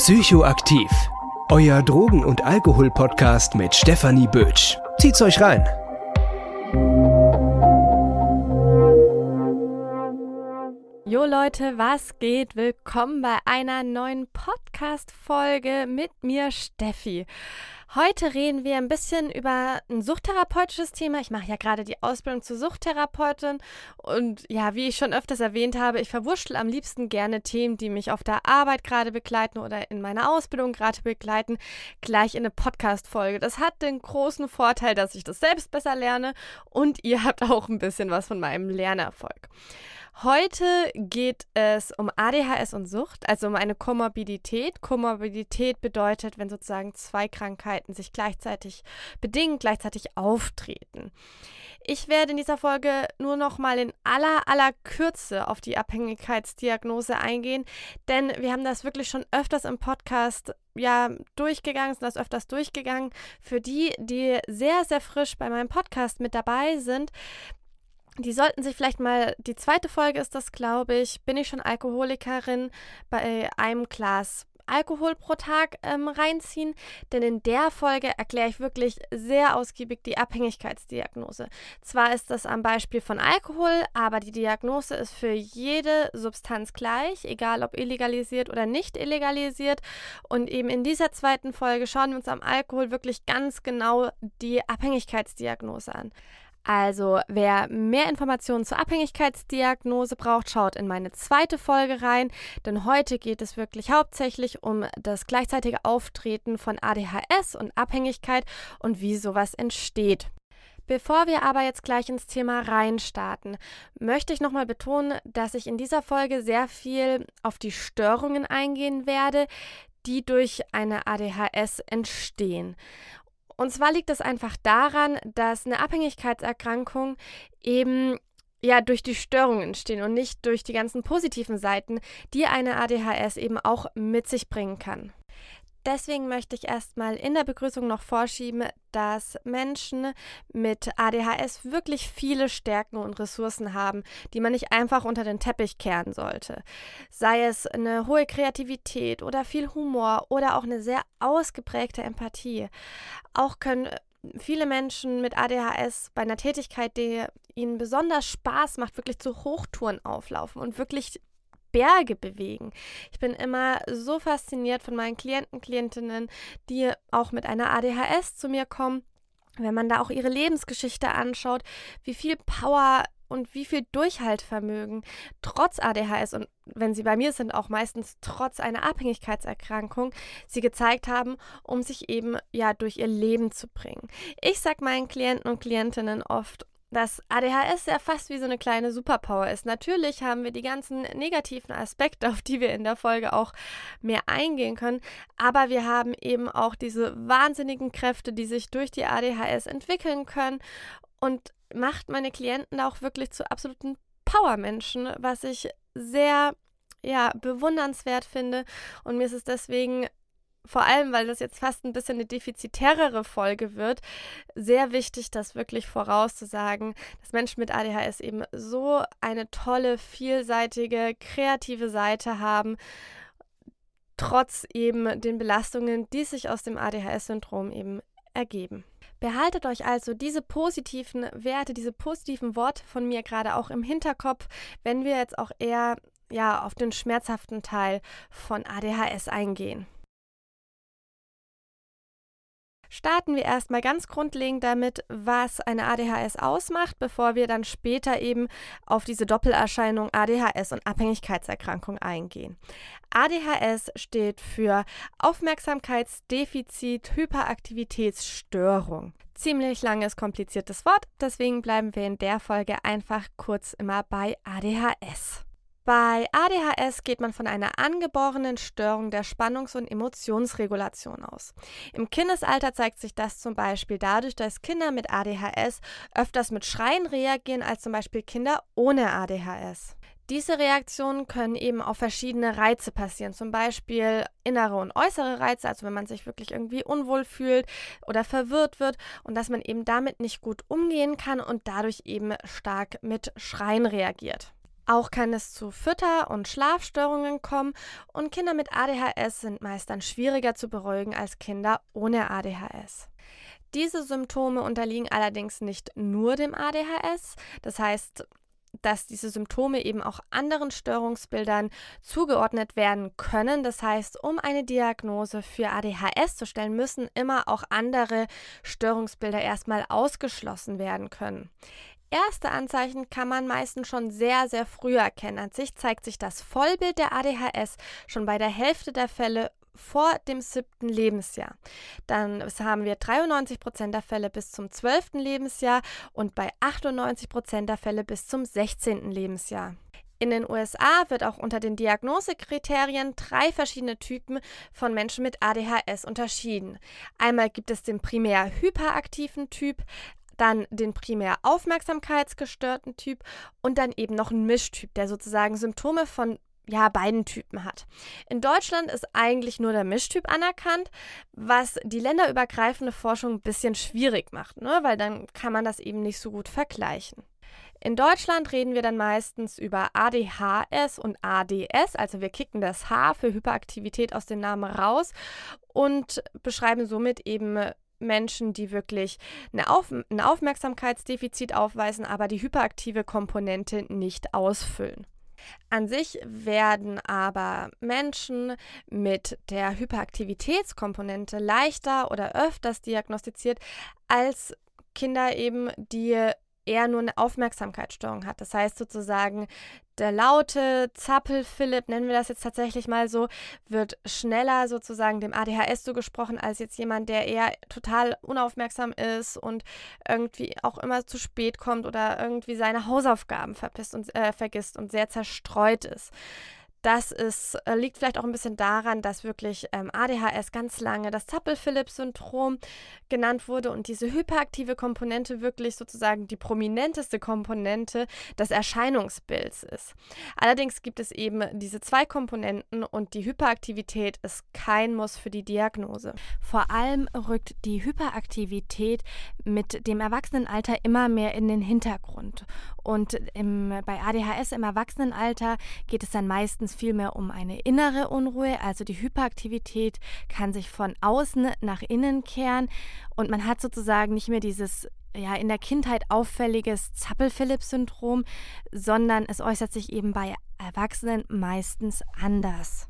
Psychoaktiv. Euer Drogen- und Alkohol-Podcast mit Stefanie Bötsch. Zieht's euch rein. Jo Leute, was geht? Willkommen bei einer neuen Podcast-Folge mit mir, Steffi. Heute reden wir ein bisschen über ein suchttherapeutisches Thema. Ich mache ja gerade die Ausbildung zur Suchttherapeutin und ja, wie ich schon öfters erwähnt habe, ich verwurschtel am liebsten gerne Themen, die mich auf der Arbeit gerade begleiten oder in meiner Ausbildung gerade begleiten, gleich in eine Podcast-Folge. Das hat den großen Vorteil, dass ich das selbst besser lerne und ihr habt auch ein bisschen was von meinem Lernerfolg. Heute geht es um ADHS und Sucht, also um eine Komorbidität. Komorbidität bedeutet, wenn sozusagen zwei Krankheiten sich gleichzeitig bedingen, gleichzeitig auftreten. Ich werde in dieser Folge nur noch mal in aller Kürze auf die Abhängigkeitsdiagnose eingehen, denn wir haben das wirklich schon öfters im Podcast durchgegangen, sind das öfters durchgegangen. Für die sehr, sehr frisch bei meinem Podcast mit dabei sind, die sollten sich vielleicht mal, die zweite Folge ist das, glaube ich, bin ich schon Alkoholikerin, bei einem Glas Alkohol pro Tag reinziehen, denn in der Folge erkläre ich wirklich sehr ausgiebig die Abhängigkeitsdiagnose. Zwar ist das am Beispiel von Alkohol, aber die Diagnose ist für jede Substanz gleich, egal ob illegalisiert oder nicht illegalisiert, und eben in dieser zweiten Folge schauen wir uns am Alkohol wirklich ganz genau die Abhängigkeitsdiagnose an. Also, wer mehr Informationen zur Abhängigkeitsdiagnose braucht, schaut in meine zweite Folge rein, denn heute geht es wirklich hauptsächlich um das gleichzeitige Auftreten von ADHS und Abhängigkeit und wie sowas entsteht. Bevor wir aber jetzt gleich ins Thema reinstarten, möchte ich nochmal betonen, dass ich in dieser Folge sehr viel auf die Störungen eingehen werde, die durch eine ADHS entstehen. Und zwar liegt es einfach daran, dass eine Abhängigkeitserkrankung eben durch die Störungen entstehen und nicht durch die ganzen positiven Seiten, die eine ADHS eben auch mit sich bringen kann. Deswegen möchte ich erstmal in der Begrüßung noch vorschieben, dass Menschen mit ADHS wirklich viele Stärken und Ressourcen haben, die man nicht einfach unter den Teppich kehren sollte. Sei es eine hohe Kreativität oder viel Humor oder auch eine sehr ausgeprägte Empathie. Auch können viele Menschen mit ADHS bei einer Tätigkeit, die ihnen besonders Spaß macht, wirklich zu Hochtouren auflaufen und wirklich Berge bewegen. Ich bin immer so fasziniert von meinen Klientinnen, die auch mit einer ADHS zu mir kommen. Wenn man da auch ihre Lebensgeschichte anschaut, wie viel Power und wie viel Durchhaltevermögen trotz ADHS und wenn sie bei mir sind, auch meistens trotz einer Abhängigkeitserkrankung, sie gezeigt haben, um sich eben durch ihr Leben zu bringen. Ich sage meinen Klienten und Klientinnen oft, dass ADHS ja fast wie so eine kleine Superpower ist. Natürlich haben wir die ganzen negativen Aspekte, auf die wir in der Folge auch mehr eingehen können, aber wir haben eben auch diese wahnsinnigen Kräfte, die sich durch die ADHS entwickeln können und macht meine Klienten auch wirklich zu absoluten Powermenschen, was ich sehr bewundernswert finde, und mir ist es deswegen, vor allem, weil das jetzt fast ein bisschen eine defizitärere Folge wird, sehr wichtig, das wirklich vorauszusagen, dass Menschen mit ADHS eben so eine tolle, vielseitige, kreative Seite haben, trotz eben den Belastungen, die sich aus dem ADHS-Syndrom eben ergeben. Behaltet euch also diese positiven Werte, diese positiven Worte von mir gerade auch im Hinterkopf, wenn wir jetzt auch eher auf den schmerzhaften Teil von ADHS eingehen. Starten wir erstmal ganz grundlegend damit, was eine ADHS ausmacht, bevor wir dann später eben auf diese Doppelerscheinung ADHS und Abhängigkeitserkrankung eingehen. ADHS steht für Aufmerksamkeitsdefizit-Hyperaktivitätsstörung. Ziemlich langes, kompliziertes Wort, deswegen bleiben wir in der Folge einfach kurz immer bei ADHS. Bei ADHS geht man von einer angeborenen Störung der Spannungs- und Emotionsregulation aus. Im Kindesalter zeigt sich das zum Beispiel dadurch, dass Kinder mit ADHS öfters mit Schreien reagieren als zum Beispiel Kinder ohne ADHS. Diese Reaktionen können eben auf verschiedene Reize passieren, zum Beispiel innere und äußere Reize, also wenn man sich wirklich irgendwie unwohl fühlt oder verwirrt wird und dass man eben damit nicht gut umgehen kann und dadurch eben stark mit Schreien reagiert. Auch kann es zu Fütter- und Schlafstörungen kommen und Kinder mit ADHS sind meist dann schwieriger zu beruhigen als Kinder ohne ADHS. Diese Symptome unterliegen allerdings nicht nur dem ADHS, das heißt, dass diese Symptome eben auch anderen Störungsbildern zugeordnet werden können. Das heißt, um eine Diagnose für ADHS zu stellen, müssen immer auch andere Störungsbilder erstmal ausgeschlossen werden können. Erste Anzeichen kann man meistens schon sehr, sehr früh erkennen. An sich zeigt sich das Vollbild der ADHS schon bei der Hälfte der Fälle vor dem 7. Lebensjahr. Dann haben wir 93% der Fälle bis zum 12. Lebensjahr und bei 98% der Fälle bis zum 16. Lebensjahr. In den USA wird auch unter den Diagnosekriterien 3 verschiedene Typen von Menschen mit ADHS unterschieden. Einmal gibt es den primär hyperaktiven Typ, dann den primär aufmerksamkeitsgestörten Typ und dann eben noch einen Mischtyp, der sozusagen Symptome von beiden Typen hat. In Deutschland ist eigentlich nur der Mischtyp anerkannt, was die länderübergreifende Forschung ein bisschen schwierig macht, ne? Weil dann kann man das eben nicht so gut vergleichen. In Deutschland reden wir dann meistens über ADHS und ADS, also wir kicken das H für Hyperaktivität aus dem Namen raus und beschreiben somit eben Menschen, die wirklich ein Aufmerksamkeitsdefizit aufweisen, aber die hyperaktive Komponente nicht ausfüllen. An sich werden aber Menschen mit der Hyperaktivitätskomponente leichter oder öfters diagnostiziert als Kinder eben, die eher nur eine Aufmerksamkeitsstörung hat. Das heißt sozusagen, der laute Zappel-Philipp, nennen wir das jetzt tatsächlich mal so, wird schneller sozusagen dem ADHS zugesprochen als jetzt jemand, der eher total unaufmerksam ist und irgendwie auch immer zu spät kommt oder irgendwie seine Hausaufgaben vergisst und sehr zerstreut ist. Das liegt vielleicht auch ein bisschen daran, dass wirklich ADHS ganz lange das Zappel-Philipp-Syndrom genannt wurde und diese hyperaktive Komponente wirklich sozusagen die prominenteste Komponente des Erscheinungsbilds ist. Allerdings gibt es eben diese 2 Komponenten und die Hyperaktivität ist kein Muss für die Diagnose. Vor allem rückt die Hyperaktivität mit dem Erwachsenenalter immer mehr in den Hintergrund. Und bei ADHS im Erwachsenenalter geht es dann meistens viel mehr um eine innere Unruhe, also die Hyperaktivität kann sich von außen nach innen kehren und man hat sozusagen nicht mehr dieses in der Kindheit auffälliges Zappel-Philipp-Syndrom, sondern es äußert sich eben bei Erwachsenen meistens anders.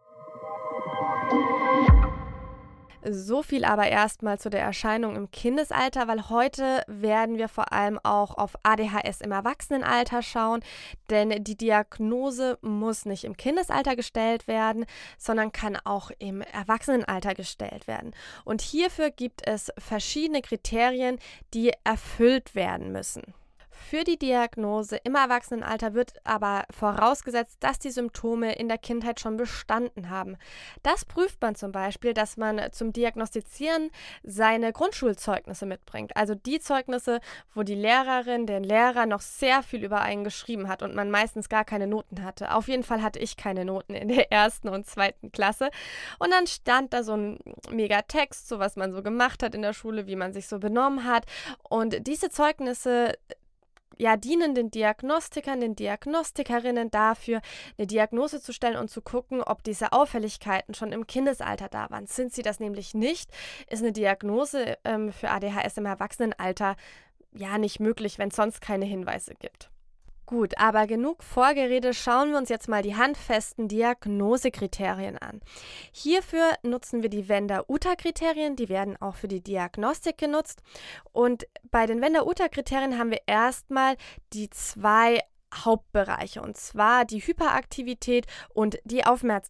So viel aber erstmal zu der Erscheinung im Kindesalter, weil heute werden wir vor allem auch auf ADHS im Erwachsenenalter schauen, denn die Diagnose muss nicht im Kindesalter gestellt werden, sondern kann auch im Erwachsenenalter gestellt werden. Und hierfür gibt es verschiedene Kriterien, die erfüllt werden müssen. Für die Diagnose im Erwachsenenalter wird aber vorausgesetzt, dass die Symptome in der Kindheit schon bestanden haben. Das prüft man zum Beispiel, dass man zum Diagnostizieren seine Grundschulzeugnisse mitbringt. Also die Zeugnisse, wo die Lehrerin, der Lehrer noch sehr viel über einen geschrieben hat und man meistens gar keine Noten hatte. Auf jeden Fall hatte ich keine Noten in der 1. und 2. Klasse. Und dann stand da so ein Megatext, so was man so gemacht hat in der Schule, wie man sich so benommen hat. Und diese Zeugnisse dienen den Diagnostikern, den Diagnostikerinnen dafür, eine Diagnose zu stellen und zu gucken, ob diese Auffälligkeiten schon im Kindesalter da waren. Sind sie das nämlich nicht, ist eine Diagnose für ADHS im Erwachsenenalter nicht möglich, wenn es sonst keine Hinweise gibt. Gut, aber genug Vorgerede, schauen wir uns jetzt mal die handfesten Diagnosekriterien an. Hierfür nutzen wir die Venda-Utah-Kriterien, die werden auch für die Diagnostik genutzt. Und bei den Venda-Utah-Kriterien haben wir erstmal die 2 Hauptbereiche, und zwar die Hyperaktivität und die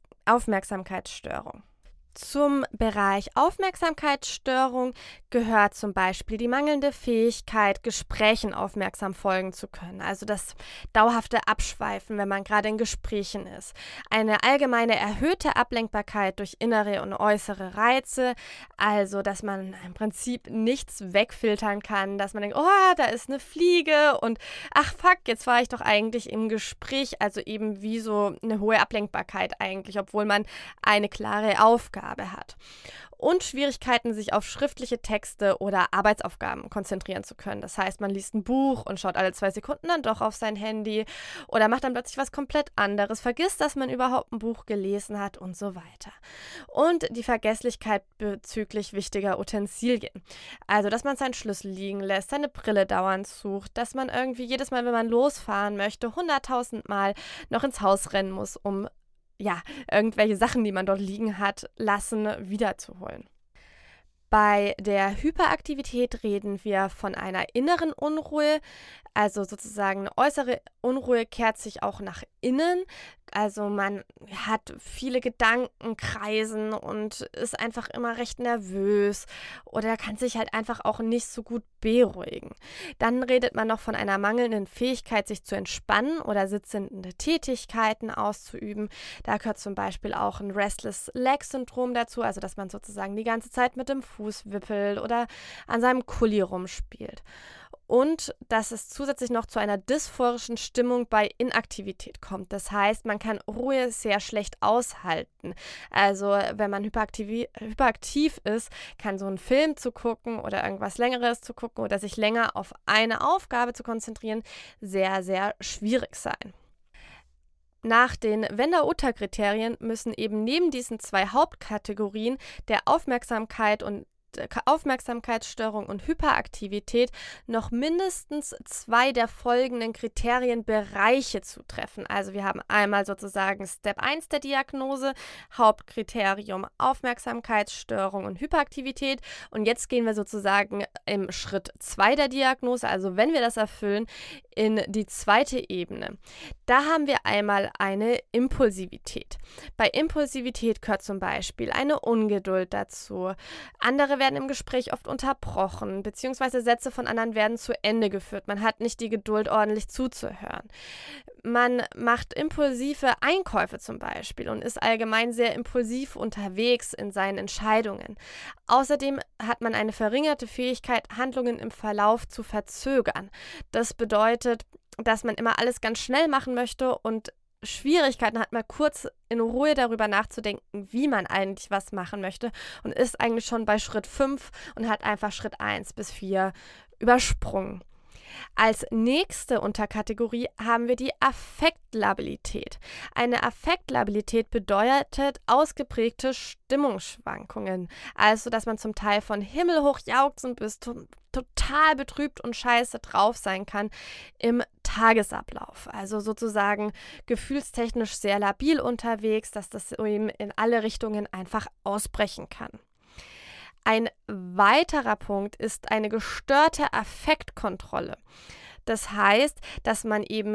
Aufmerksamkeitsstörung. Zum Bereich Aufmerksamkeitsstörung gehört zum Beispiel die mangelnde Fähigkeit, Gesprächen aufmerksam folgen zu können, also das dauerhafte Abschweifen, wenn man gerade in Gesprächen ist. Eine allgemeine erhöhte Ablenkbarkeit durch innere und äußere Reize, also dass man im Prinzip nichts wegfiltern kann, dass man denkt, oh, da ist eine Fliege und ach fuck, jetzt war ich doch eigentlich im Gespräch, also eben wie so eine hohe Ablenkbarkeit eigentlich, obwohl man eine klare Aufgabe Aufgabe hat. Und Schwierigkeiten, sich auf schriftliche Texte oder Arbeitsaufgaben konzentrieren zu können. Das heißt, man liest ein Buch und schaut alle 2 Sekunden dann doch auf sein Handy oder macht dann plötzlich was komplett anderes, vergisst, dass man überhaupt ein Buch gelesen hat und so weiter. Und die Vergesslichkeit bezüglich wichtiger Utensilien. Also, dass man seinen Schlüssel liegen lässt, seine Brille dauernd sucht, dass man irgendwie jedes Mal, wenn man losfahren möchte, 100.000 Mal noch ins Haus rennen muss, um irgendwelche Sachen, die man dort liegen hat, wiederzuholen. Bei der Hyperaktivität reden wir von einer inneren Unruhe, also sozusagen eine äußere Unruhe kehrt sich auch nach innen. Also man hat viele Gedanken kreisen und ist einfach immer recht nervös oder kann sich halt einfach auch nicht so gut beruhigen. Dann redet man noch von einer mangelnden Fähigkeit, sich zu entspannen oder sitzende Tätigkeiten auszuüben. Da gehört zum Beispiel auch ein Restless Leg Syndrom dazu, also dass man sozusagen die ganze Zeit mit dem Fuß wippelt oder an seinem Kuli rumspielt. Und dass es zusätzlich noch zu einer dysphorischen Stimmung bei Inaktivität kommt. Das heißt, man kann Ruhe sehr schlecht aushalten. Also wenn man hyperaktiv ist, kann so ein Film zu gucken oder irgendwas Längeres zu gucken oder sich länger auf eine Aufgabe zu konzentrieren, sehr, sehr schwierig sein. Nach den Venda-Utah-Kriterien müssen eben neben diesen 2 Hauptkategorien der Aufmerksamkeitsstörung und Hyperaktivität noch mindestens 2 der folgenden Kriterienbereiche zutreffen. Also wir haben einmal sozusagen Step 1 der Diagnose, Hauptkriterium Aufmerksamkeitsstörung und Hyperaktivität und jetzt gehen wir sozusagen im Schritt 2 der Diagnose, also wenn wir das erfüllen, in die zweite Ebene. Da haben wir einmal eine Impulsivität. Bei Impulsivität gehört zum Beispiel eine Ungeduld dazu. Andere werden im Gespräch oft unterbrochen, beziehungsweise Sätze von anderen werden zu Ende geführt. Man hat nicht die Geduld, ordentlich zuzuhören. Man macht impulsive Einkäufe zum Beispiel und ist allgemein sehr impulsiv unterwegs in seinen Entscheidungen. Außerdem hat man eine verringerte Fähigkeit, Handlungen im Verlauf zu verzögern. Das bedeutet, dass man immer alles ganz schnell machen möchte und Schwierigkeiten hat, mal kurz in Ruhe darüber nachzudenken, wie man eigentlich was machen möchte und ist eigentlich schon bei Schritt 5 und hat einfach Schritt 1 bis 4 übersprungen. Als nächste Unterkategorie haben wir die Affektlabilität. Eine Affektlabilität bedeutet ausgeprägte Stimmungsschwankungen. Also, dass man zum Teil von himmelhoch jauchzend bis total betrübt und scheiße drauf sein kann im Tagesablauf. Also sozusagen gefühlstechnisch sehr labil unterwegs, dass das eben in alle Richtungen einfach ausbrechen kann. Ein weiterer Punkt ist eine gestörte Affektkontrolle. Das heißt, dass man eben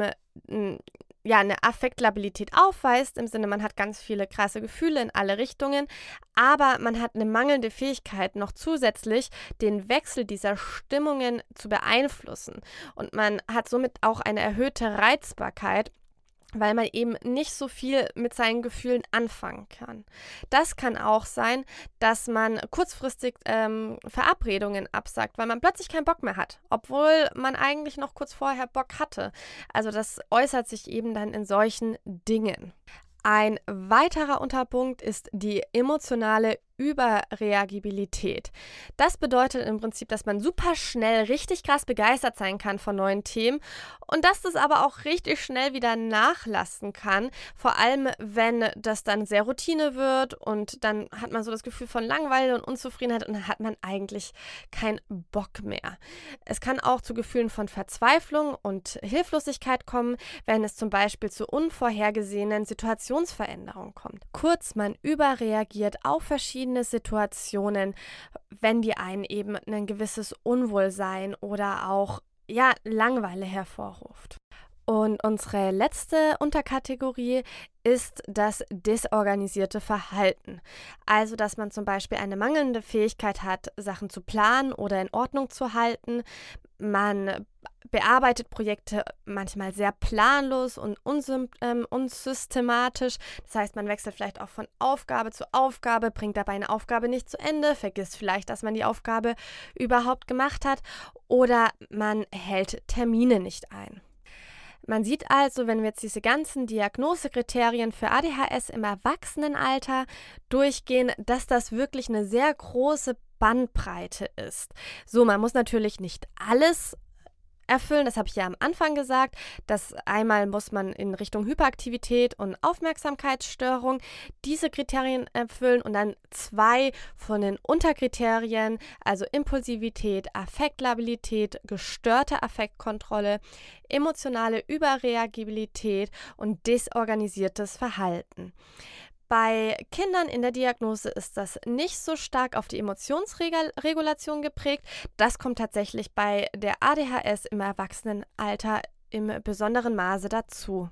eine Affektlabilität aufweist, im Sinne, man hat ganz viele krasse Gefühle in alle Richtungen, aber man hat eine mangelnde Fähigkeit, noch zusätzlich den Wechsel dieser Stimmungen zu beeinflussen. Und man hat somit auch eine erhöhte Reizbarkeit, weil man eben nicht so viel mit seinen Gefühlen anfangen kann. Das kann auch sein, dass man kurzfristig Verabredungen absagt, weil man plötzlich keinen Bock mehr hat, obwohl man eigentlich noch kurz vorher Bock hatte. Also das äußert sich eben dann in solchen Dingen. Ein weiterer Unterpunkt ist die emotionale Überreagibilität. Das bedeutet im Prinzip, dass man super schnell richtig krass begeistert sein kann von neuen Themen und dass das aber auch richtig schnell wieder nachlassen kann, vor allem wenn das dann sehr Routine wird und dann hat man so das Gefühl von Langeweile und Unzufriedenheit und dann hat man eigentlich keinen Bock mehr. Es kann auch zu Gefühlen von Verzweiflung und Hilflosigkeit kommen, wenn es zum Beispiel zu unvorhergesehenen Situationsveränderungen kommt. Kurz, man überreagiert auf verschiedene Situationen, wenn die einen eben ein gewisses Unwohlsein oder auch Langeweile hervorruft. Und unsere letzte Unterkategorie ist das desorganisierte Verhalten. Also, dass man zum Beispiel eine mangelnde Fähigkeit hat, Sachen zu planen oder in Ordnung zu halten. Man bearbeitet Projekte manchmal sehr planlos und unsystematisch. Das heißt, man wechselt vielleicht auch von Aufgabe zu Aufgabe, bringt dabei eine Aufgabe nicht zu Ende, vergisst vielleicht, dass man die Aufgabe überhaupt gemacht hat oder man hält Termine nicht ein. Man sieht also, wenn wir jetzt diese ganzen Diagnosekriterien für ADHS im Erwachsenenalter durchgehen, dass das wirklich eine sehr große Bandbreite ist. So, man muss natürlich nicht alles erfüllen, das habe ich ja am Anfang gesagt, dass einmal muss man in Richtung Hyperaktivität und Aufmerksamkeitsstörung diese Kriterien erfüllen und dann 2 von den Unterkriterien, also Impulsivität, Affektlabilität, gestörte Affektkontrolle, emotionale Überreagibilität und desorganisiertes Verhalten. Bei Kindern in der Diagnose ist das nicht so stark auf die Emotionsregulation geprägt. Das kommt tatsächlich bei der ADHS im Erwachsenenalter im besonderen Maße dazu.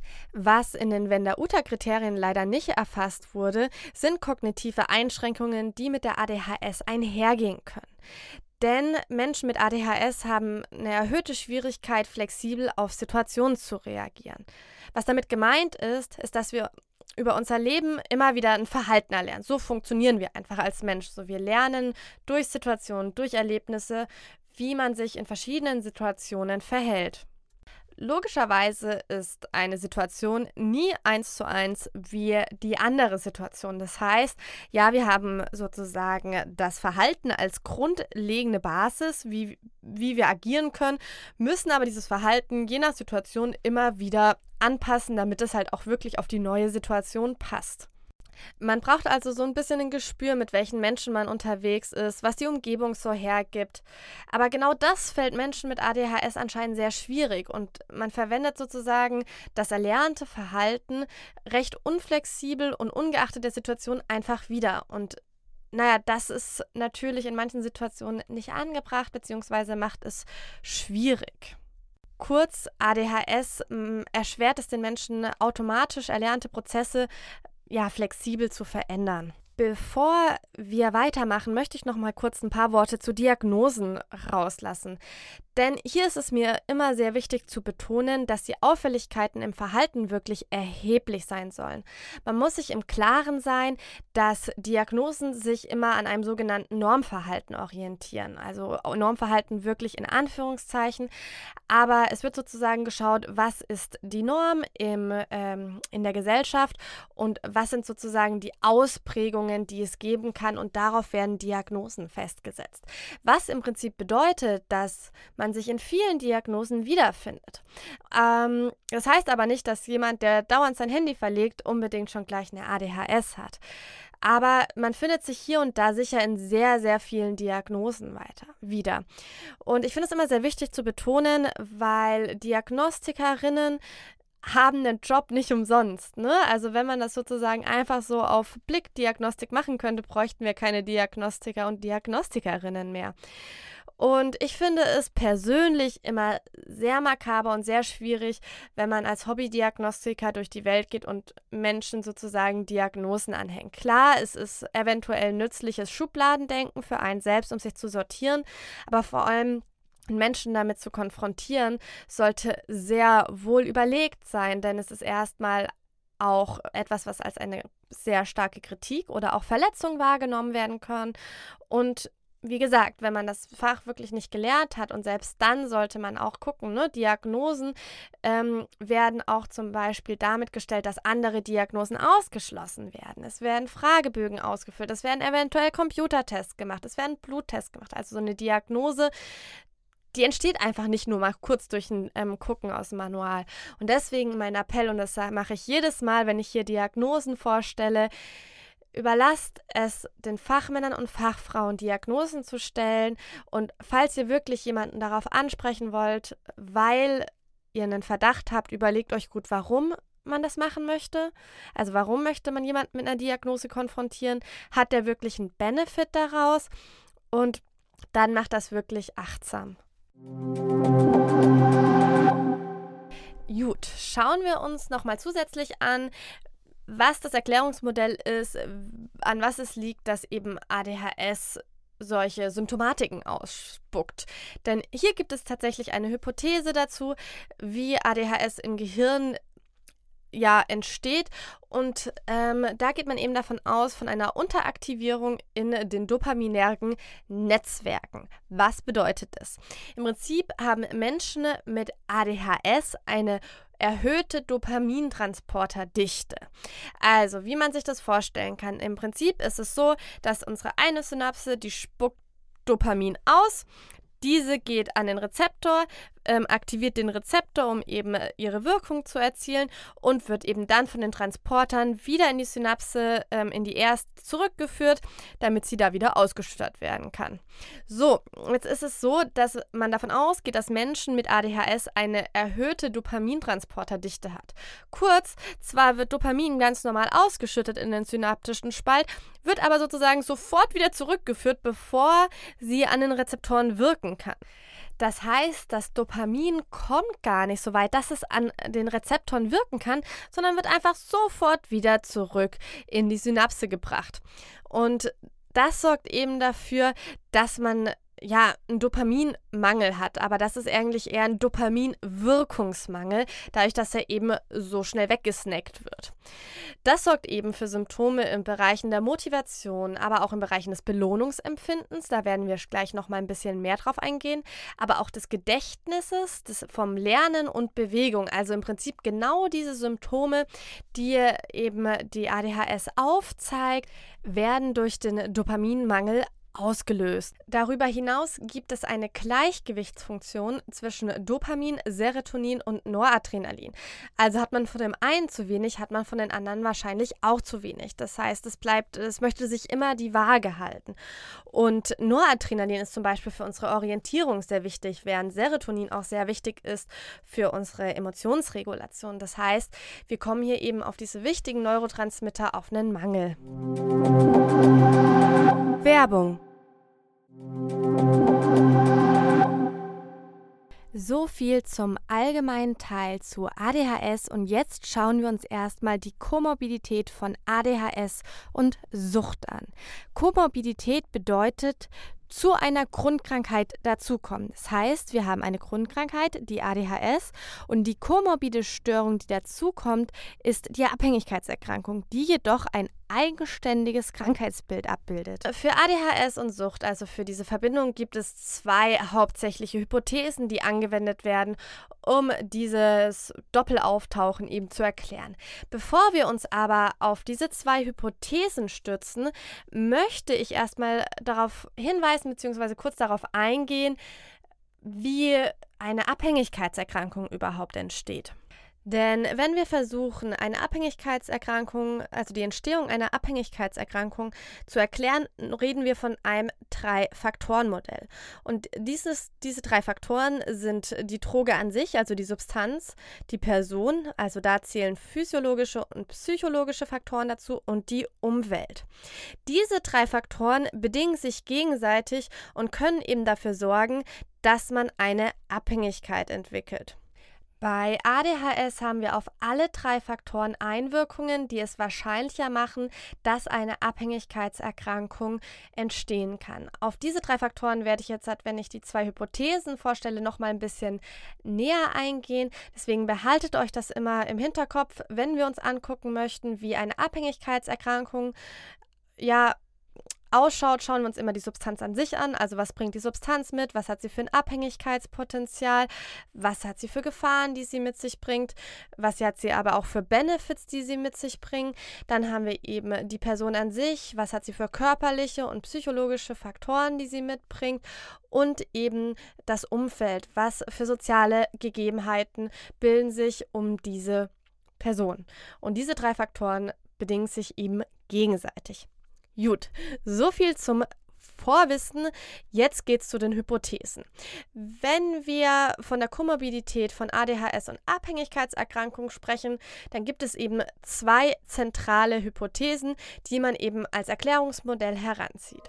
Was in den Venda-Utah-Kriterien leider nicht erfasst wurde, sind kognitive Einschränkungen, die mit der ADHS einhergehen können. Denn Menschen mit ADHS haben eine erhöhte Schwierigkeit, flexibel auf Situationen zu reagieren. Was damit gemeint ist, dass wir über unser Leben immer wieder ein Verhalten erlernen. So funktionieren wir einfach als Mensch. So, wir lernen durch Situationen, durch Erlebnisse, wie man sich in verschiedenen Situationen verhält. Logischerweise ist eine Situation nie 1:1 wie die andere Situation. Das heißt, ja, wir haben sozusagen das Verhalten als grundlegende Basis, wie wir agieren können, müssen aber dieses Verhalten je nach Situation immer wieder anpassen, damit es halt auch wirklich auf die neue Situation passt. Man braucht also so ein bisschen ein Gespür, mit welchen Menschen man unterwegs ist, was die Umgebung so hergibt. Aber genau das fällt Menschen mit ADHS anscheinend sehr schwierig und man verwendet sozusagen das erlernte Verhalten recht unflexibel und ungeachtet der Situation einfach wieder. Und naja, das ist natürlich in manchen Situationen nicht angebracht, beziehungsweise macht es schwierig. Kurz, ADHS erschwert es den Menschen, automatisch erlernte Prozesse flexibel zu verändern. Bevor wir weitermachen, möchte ich noch mal kurz ein paar Worte zu Diagnosen rauslassen. Denn hier ist es mir immer sehr wichtig zu betonen, dass die Auffälligkeiten im Verhalten wirklich erheblich sein sollen. Man muss sich im Klaren sein, dass Diagnosen sich immer an einem sogenannten Normverhalten orientieren. Also Normverhalten wirklich in Anführungszeichen. Aber es wird sozusagen geschaut, was ist die Norm in der Gesellschaft und was sind sozusagen die Ausprägungen, die es geben kann. Und darauf werden Diagnosen festgesetzt. Was im Prinzip bedeutet, dass man sich in vielen Diagnosen wiederfindet. Das heißt aber nicht, dass jemand, der dauernd sein Handy verlegt, unbedingt schon gleich eine ADHS hat. Aber man findet sich hier und da sicher in sehr, sehr vielen Diagnosen wieder. Und ich finde es immer sehr wichtig zu betonen, weil Diagnostikerinnen haben den Job nicht umsonst, ne? Also wenn man das sozusagen einfach so auf Blickdiagnostik machen könnte, bräuchten wir keine Diagnostiker und Diagnostikerinnen mehr. Und ich finde es persönlich immer sehr makaber und sehr schwierig, wenn man als Hobbydiagnostiker durch die Welt geht und Menschen sozusagen Diagnosen anhängt. Klar, es ist eventuell nützliches Schubladendenken für einen selbst, um sich zu sortieren, aber vor allem Menschen damit zu konfrontieren, sollte sehr wohl überlegt sein, denn es ist erstmal auch etwas, was als eine sehr starke Kritik oder auch Verletzung wahrgenommen werden kann. Und wie gesagt, wenn man das Fach wirklich nicht gelernt hat und selbst dann sollte man auch gucken, ne? Diagnosen werden auch zum Beispiel damit gestellt, dass andere Diagnosen ausgeschlossen werden. Es werden Fragebögen ausgefüllt, es werden eventuell Computertests gemacht, es werden Bluttests gemacht. Also so eine Diagnose, die entsteht einfach nicht nur mal kurz durch ein Gucken aus dem Manual. Und deswegen mein Appell, und das mache ich jedes Mal, wenn ich hier Diagnosen vorstelle: Überlasst es den Fachmännern und Fachfrauen, Diagnosen zu stellen. Und falls ihr wirklich jemanden darauf ansprechen wollt, weil ihr einen Verdacht habt, überlegt euch gut, warum man das machen möchte. Also warum möchte man jemanden mit einer Diagnose konfrontieren? Hat der wirklich einen Benefit daraus? Und dann macht das wirklich achtsam. Gut, schauen wir uns nochmal zusätzlich an, was das Erklärungsmodell ist, an was es liegt, dass eben ADHS solche Symptomatiken ausspuckt. Denn hier gibt es tatsächlich eine Hypothese dazu, wie ADHS im Gehirn entsteht. Und da geht man eben davon aus, von einer Unteraktivierung in den dopaminergen Netzwerken. Was bedeutet das? Im Prinzip haben Menschen mit ADHS eine erhöhte Dopamintransporterdichte. Also, wie man sich das vorstellen kann. Im Prinzip ist es so, dass unsere eine Synapse, die spuckt Dopamin aus. Diese geht an den Rezeptor, aktiviert den Rezeptor, um eben ihre Wirkung zu erzielen und wird eben dann von den Transportern wieder in die Synapse, in die erste zurückgeführt, damit sie da wieder ausgeschüttet werden kann. So, jetzt ist es so, dass man davon ausgeht, dass Menschen mit ADHS eine erhöhte Dopamintransporterdichte hat. Kurz, zwar wird Dopamin ganz normal ausgeschüttet in den synaptischen Spalt, wird aber sozusagen sofort wieder zurückgeführt, bevor sie an den Rezeptoren wirken kann. Das heißt, das Dopamin kommt gar nicht so weit, dass es an den Rezeptoren wirken kann, sondern wird einfach sofort wieder zurück in die Synapse gebracht. Und das sorgt eben dafür, dass man einen Dopaminmangel hat, aber das ist eigentlich eher ein Dopaminwirkungsmangel, dadurch, dass er eben so schnell weggesnackt wird. Das sorgt eben für Symptome in Bereichen der Motivation, aber auch in Bereichen des Belohnungsempfindens, da werden wir gleich noch mal ein bisschen mehr drauf eingehen, aber auch des Gedächtnisses, vom Lernen und Bewegung, also im Prinzip genau diese Symptome, die eben die ADHS aufzeigt, werden durch den Dopaminmangel ausgelöst. Darüber hinaus gibt es eine Gleichgewichtsfunktion zwischen Dopamin, Serotonin und Noradrenalin. Also hat man von dem einen zu wenig, hat man von den anderen wahrscheinlich auch zu wenig. Das heißt, es möchte sich immer die Waage halten. Und Noradrenalin ist zum Beispiel für unsere Orientierung sehr wichtig, während Serotonin auch sehr wichtig ist für unsere Emotionsregulation. Das heißt, wir kommen hier eben auf diese wichtigen Neurotransmitter auf einen Mangel. Werbung. So viel zum allgemeinen Teil zu ADHS und jetzt schauen wir uns erstmal die Komorbidität von ADHS und Sucht an. Komorbidität bedeutet zu einer Grundkrankheit dazukommen. Das heißt, wir haben eine Grundkrankheit, die ADHS, und die komorbide Störung, die dazukommt, ist die Abhängigkeitserkrankung, die jedoch ein eigenständiges Krankheitsbild abbildet. Für ADHS und Sucht, also für diese Verbindung, gibt es zwei hauptsächliche Hypothesen, die angewendet werden, um dieses Doppelauftauchen eben zu erklären. Bevor wir uns aber auf diese zwei Hypothesen stützen, möchte ich erstmal darauf hinweisen bzw. kurz darauf eingehen, wie eine Abhängigkeitserkrankung überhaupt entsteht. Denn wenn wir versuchen, eine Abhängigkeitserkrankung, also die Entstehung einer Abhängigkeitserkrankung zu erklären, reden wir von einem 3-Faktoren-Modell. Und diese 3 Faktoren sind die Droge an sich, also die Substanz, die Person, also da zählen physiologische und psychologische Faktoren dazu, und die Umwelt. Diese 3 Faktoren bedingen sich gegenseitig und können eben dafür sorgen, dass man eine Abhängigkeit entwickelt. Bei ADHS haben wir auf alle 3 Faktoren Einwirkungen, die es wahrscheinlicher machen, dass eine Abhängigkeitserkrankung entstehen kann. Auf diese 3 Faktoren werde ich jetzt, wenn ich die 2 Hypothesen vorstelle, noch mal ein bisschen näher eingehen. Deswegen behaltet euch das immer im Hinterkopf, wenn wir uns angucken möchten, wie eine Abhängigkeitserkrankung ausschaut, schauen wir uns immer die Substanz an sich an. Also was bringt die Substanz mit? Was hat sie für ein Abhängigkeitspotenzial? Was hat sie für Gefahren, die sie mit sich bringt? Was hat sie aber auch für Benefits, die sie mit sich bringen? Dann haben wir eben die Person an sich. Was hat sie für körperliche und psychologische Faktoren, die sie mitbringt? Und eben das Umfeld. Was für soziale Gegebenheiten bilden sich um diese Person? Und diese 3 Faktoren bedingen sich eben gegenseitig. Gut, so viel zum Vorwissen. Jetzt geht's zu den Hypothesen. Wenn wir von der Komorbidität von ADHS und Abhängigkeitserkrankungen sprechen, dann gibt es eben 2 zentrale Hypothesen, die man eben als Erklärungsmodell heranzieht.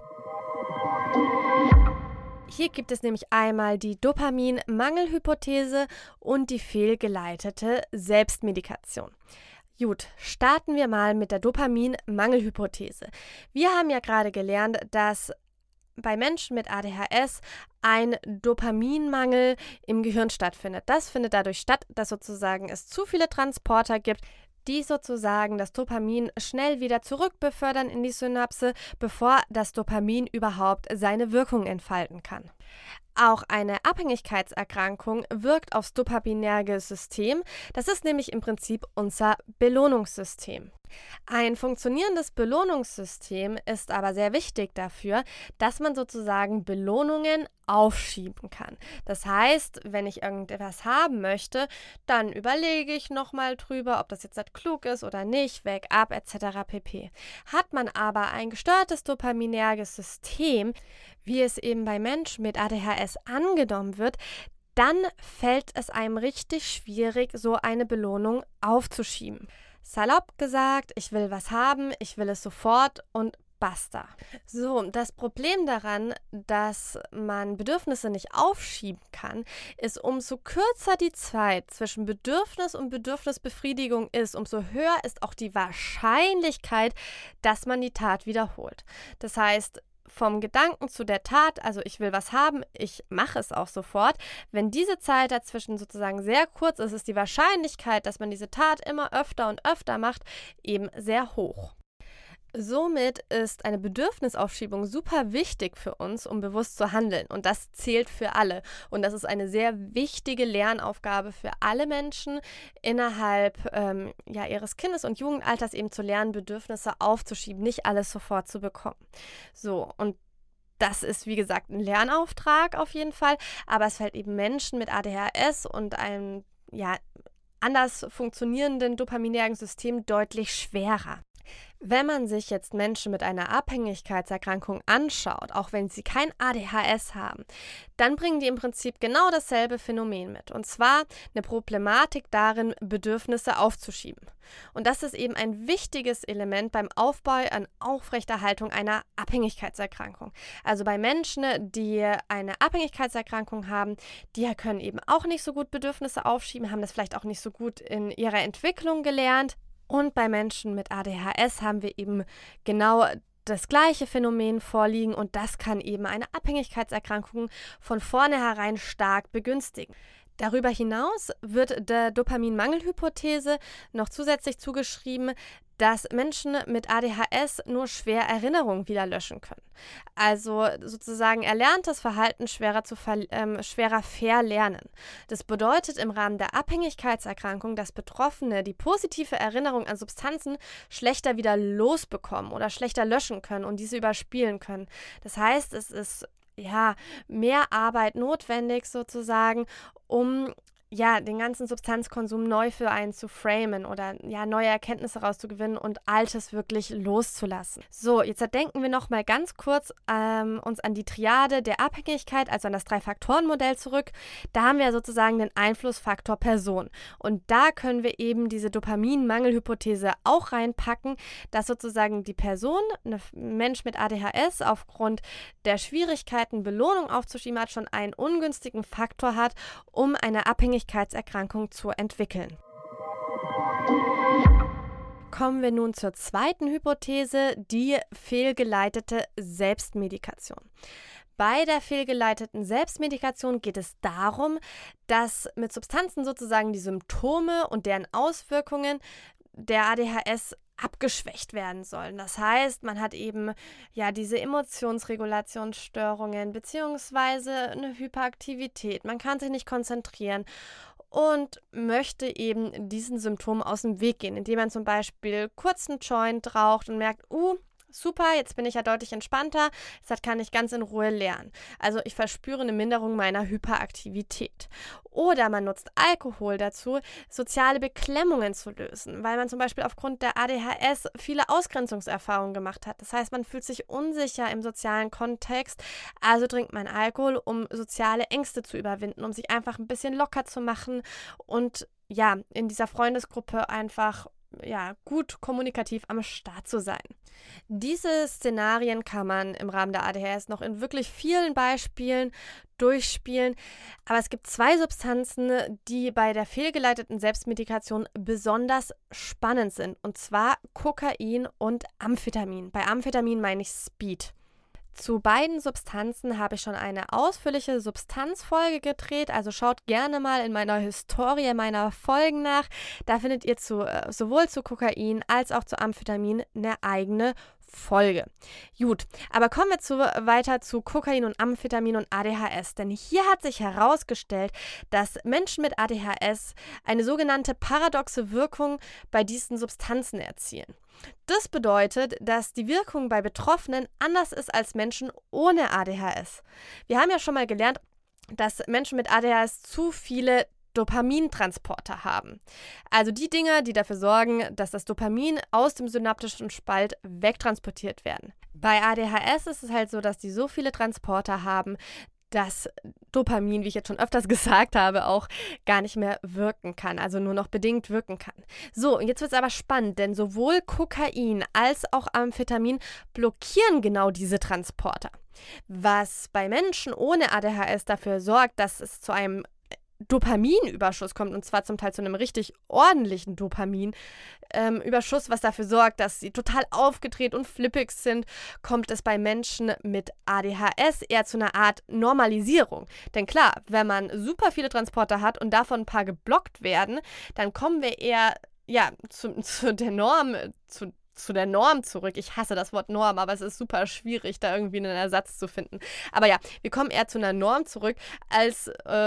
Hier gibt es nämlich einmal die Dopaminmangelhypothese und die fehlgeleitete Selbstmedikation. Gut, starten wir mal mit der Dopaminmangelhypothese. Wir haben ja gerade gelernt, dass bei Menschen mit ADHS ein Dopaminmangel im Gehirn stattfindet. Das findet dadurch statt, dass sozusagen es zu viele Transporter gibt, die sozusagen das Dopamin schnell wieder zurückbefördern in die Synapse, bevor das Dopamin überhaupt seine Wirkung entfalten kann. Auch eine Abhängigkeitserkrankung wirkt aufs dopaminerge System. Das ist nämlich im Prinzip unser Belohnungssystem. Ein funktionierendes Belohnungssystem ist aber sehr wichtig dafür, dass man sozusagen Belohnungen aufschieben kann. Das heißt, wenn ich irgendetwas haben möchte, dann überlege ich nochmal drüber, ob das jetzt halt klug ist oder nicht, weg, ab, etc. pp. Hat man aber ein gestörtes dopaminerges System, wie es eben bei Menschen mit ADHS angenommen wird, dann fällt es einem richtig schwierig, so eine Belohnung aufzuschieben. Salopp gesagt, ich will was haben, ich will es sofort und basta. So, das Problem daran, dass man Bedürfnisse nicht aufschieben kann, ist, umso kürzer die Zeit zwischen Bedürfnis und Bedürfnisbefriedigung ist, umso höher ist auch die Wahrscheinlichkeit, dass man die Tat wiederholt. Das heißt, vom Gedanken zu der Tat, also ich will was haben, ich mache es auch sofort. Wenn diese Zeit dazwischen sozusagen sehr kurz ist, ist die Wahrscheinlichkeit, dass man diese Tat immer öfter und öfter macht, eben sehr hoch. Somit ist eine Bedürfnisaufschiebung super wichtig für uns, um bewusst zu handeln. Und das zählt für alle. Und das ist eine sehr wichtige Lernaufgabe für alle Menschen innerhalb ihres Kindes- und Jugendalters, eben zu lernen, Bedürfnisse aufzuschieben, nicht alles sofort zu bekommen. So, und das ist, wie gesagt, ein Lernauftrag auf jeden Fall. Aber es fällt eben Menschen mit ADHS und einem anders funktionierenden dopaminergen System deutlich schwerer. Wenn man sich jetzt Menschen mit einer Abhängigkeitserkrankung anschaut, auch wenn sie kein ADHS haben, dann bringen die im Prinzip genau dasselbe Phänomen mit. Und zwar eine Problematik darin, Bedürfnisse aufzuschieben. Und das ist eben ein wichtiges Element beim Aufbau und Aufrechterhaltung einer Abhängigkeitserkrankung. Also bei Menschen, die eine Abhängigkeitserkrankung haben, die können eben auch nicht so gut Bedürfnisse aufschieben, haben das vielleicht auch nicht so gut in ihrer Entwicklung gelernt. Und bei Menschen mit ADHS haben wir eben genau das gleiche Phänomen vorliegen und das kann eben eine Abhängigkeitserkrankung von vornherein stark begünstigen. Darüber hinaus wird der Dopaminmangelhypothese noch zusätzlich zugeschrieben, dass Menschen mit ADHS nur schwer Erinnerungen wieder löschen können. Also sozusagen erlerntes Verhalten schwerer verlernen. Das bedeutet im Rahmen der Abhängigkeitserkrankung, dass Betroffene die positive Erinnerung an Substanzen schlechter wieder losbekommen oder schlechter löschen können und diese überspielen können. Das heißt, es ist mehr Arbeit notwendig sozusagen, um den ganzen Substanzkonsum neu für einen zu framen oder neue Erkenntnisse rauszugewinnen und Altes wirklich loszulassen. So, jetzt denken wir noch mal ganz kurz uns an die Triade der Abhängigkeit, also an das 3-Faktoren-Modell zurück. Da haben wir sozusagen den Einflussfaktor Person. Und da können wir eben diese Dopaminmangelhypothese auch reinpacken, dass sozusagen die Person, ein Mensch mit ADHS, aufgrund der Schwierigkeiten, Belohnung aufzuschieben hat, schon einen ungünstigen Faktor hat, um eine Abhängigkeitserkrankung zu entwickeln. Kommen wir nun zur zweiten Hypothese, die fehlgeleitete Selbstmedikation. Bei der fehlgeleiteten Selbstmedikation geht es darum, dass mit Substanzen sozusagen die Symptome und deren Auswirkungen der ADHS abgeschwächt werden sollen. Das heißt, man hat eben diese Emotionsregulationsstörungen beziehungsweise eine Hyperaktivität. Man kann sich nicht konzentrieren und möchte eben diesen Symptomen aus dem Weg gehen, indem man zum Beispiel kurz einen Joint raucht und merkt, super, jetzt bin ich ja deutlich entspannter, jetzt kann ich ganz in Ruhe lernen. Also ich verspüre eine Minderung meiner Hyperaktivität. Oder man nutzt Alkohol dazu, soziale Beklemmungen zu lösen, weil man zum Beispiel aufgrund der ADHS viele Ausgrenzungserfahrungen gemacht hat. Das heißt, man fühlt sich unsicher im sozialen Kontext, also trinkt man Alkohol, um soziale Ängste zu überwinden, um sich einfach ein bisschen locker zu machen und in dieser Freundesgruppe einfach gut kommunikativ am Start zu sein. Diese Szenarien kann man im Rahmen der ADHS noch in wirklich vielen Beispielen durchspielen, aber es gibt 2 Substanzen, die bei der fehlgeleiteten Selbstmedikation besonders spannend sind, und zwar Kokain und Amphetamin. Bei Amphetamin meine ich Speed. Zu beiden Substanzen habe ich schon eine ausführliche Substanzfolge gedreht, also schaut gerne mal in meiner Historie meiner Folgen nach. Da findet ihr sowohl zu Kokain als auch zu Amphetamin eine eigene Folge. Gut, aber kommen wir weiter zu Kokain und Amphetamin und ADHS, denn hier hat sich herausgestellt, dass Menschen mit ADHS eine sogenannte paradoxe Wirkung bei diesen Substanzen erzielen. Das bedeutet, dass die Wirkung bei Betroffenen anders ist als Menschen ohne ADHS. Wir haben ja schon mal gelernt, dass Menschen mit ADHS zu viele Dopamintransporter haben. Also die Dinge, die dafür sorgen, dass das Dopamin aus dem synaptischen Spalt wegtransportiert werden. Bei ADHS ist es halt so, dass die so viele Transporter haben, dass Dopamin, wie ich jetzt schon öfters gesagt habe, auch gar nicht mehr wirken kann, also nur noch bedingt wirken kann. So, und jetzt wird es aber spannend, denn sowohl Kokain als auch Amphetamin blockieren genau diese Transporter. Was bei Menschen ohne ADHS dafür sorgt, dass es zu einem Dopaminüberschuss kommt, und zwar zum Teil zu einem richtig ordentlichen Dopaminüberschuss, was dafür sorgt, dass sie total aufgedreht und flippig sind, kommt es bei Menschen mit ADHS eher zu einer Art Normalisierung. Denn klar, wenn man super viele Transporter hat und davon ein paar geblockt werden, dann kommen wir eher zu der Norm zurück. Ich hasse das Wort Norm, aber es ist super schwierig, da irgendwie einen Ersatz zu finden. Aber ja, wir kommen eher zu einer Norm zurück, als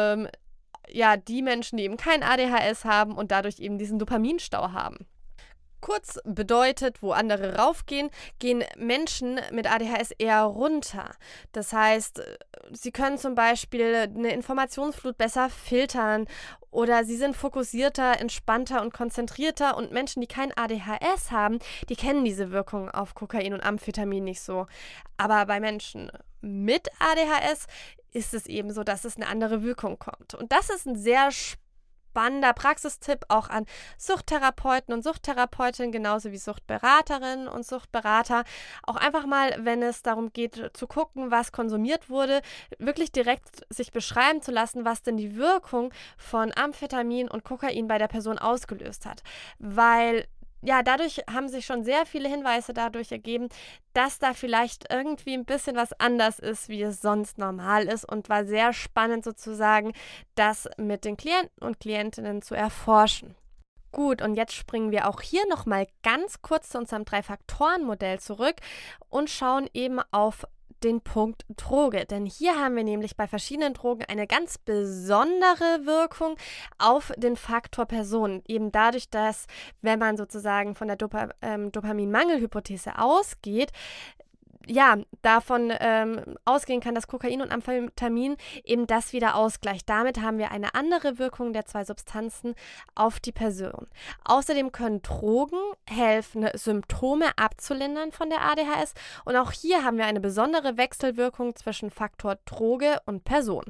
die Menschen, die eben kein ADHS haben und dadurch eben diesen Dopaminstau haben. Kurz bedeutet, wo andere raufgehen, gehen Menschen mit ADHS eher runter. Das heißt, sie können zum Beispiel eine Informationsflut besser filtern oder sie sind fokussierter, entspannter und konzentrierter, und Menschen, die kein ADHS haben, die kennen diese Wirkung auf Kokain und Amphetamin nicht so. Aber bei Menschen mit ADHS ist es eben so, dass es eine andere Wirkung kommt. Und das ist ein sehr spannender Praxistipp auch an Suchttherapeuten und Suchttherapeutinnen, genauso wie Suchtberaterinnen und Suchtberater. Auch einfach mal, wenn es darum geht, zu gucken, was konsumiert wurde, wirklich direkt sich beschreiben zu lassen, was denn die Wirkung von Amphetamin und Kokain bei der Person ausgelöst hat. Weil dadurch haben sich schon sehr viele Hinweise dadurch ergeben, dass da vielleicht irgendwie ein bisschen was anders ist, wie es sonst normal ist, und war sehr spannend sozusagen, das mit den Klienten und Klientinnen zu erforschen. Gut, und jetzt springen wir auch hier nochmal ganz kurz zu unserem 3-Faktoren-Modell zurück und schauen eben auf den Punkt Droge. Denn hier haben wir nämlich bei verschiedenen Drogen eine ganz besondere Wirkung auf den Faktor Person. Eben dadurch, dass, wenn man sozusagen von der Dopaminmangelhypothese ausgeht, davon ausgehen kann, dass Kokain und Amphetamin eben das wieder ausgleicht. Damit haben wir eine andere Wirkung der 2 Substanzen auf die Person. Außerdem können Drogen helfen, Symptome abzulindern von der ADHS. Und auch hier haben wir eine besondere Wechselwirkung zwischen Faktor Droge und Person.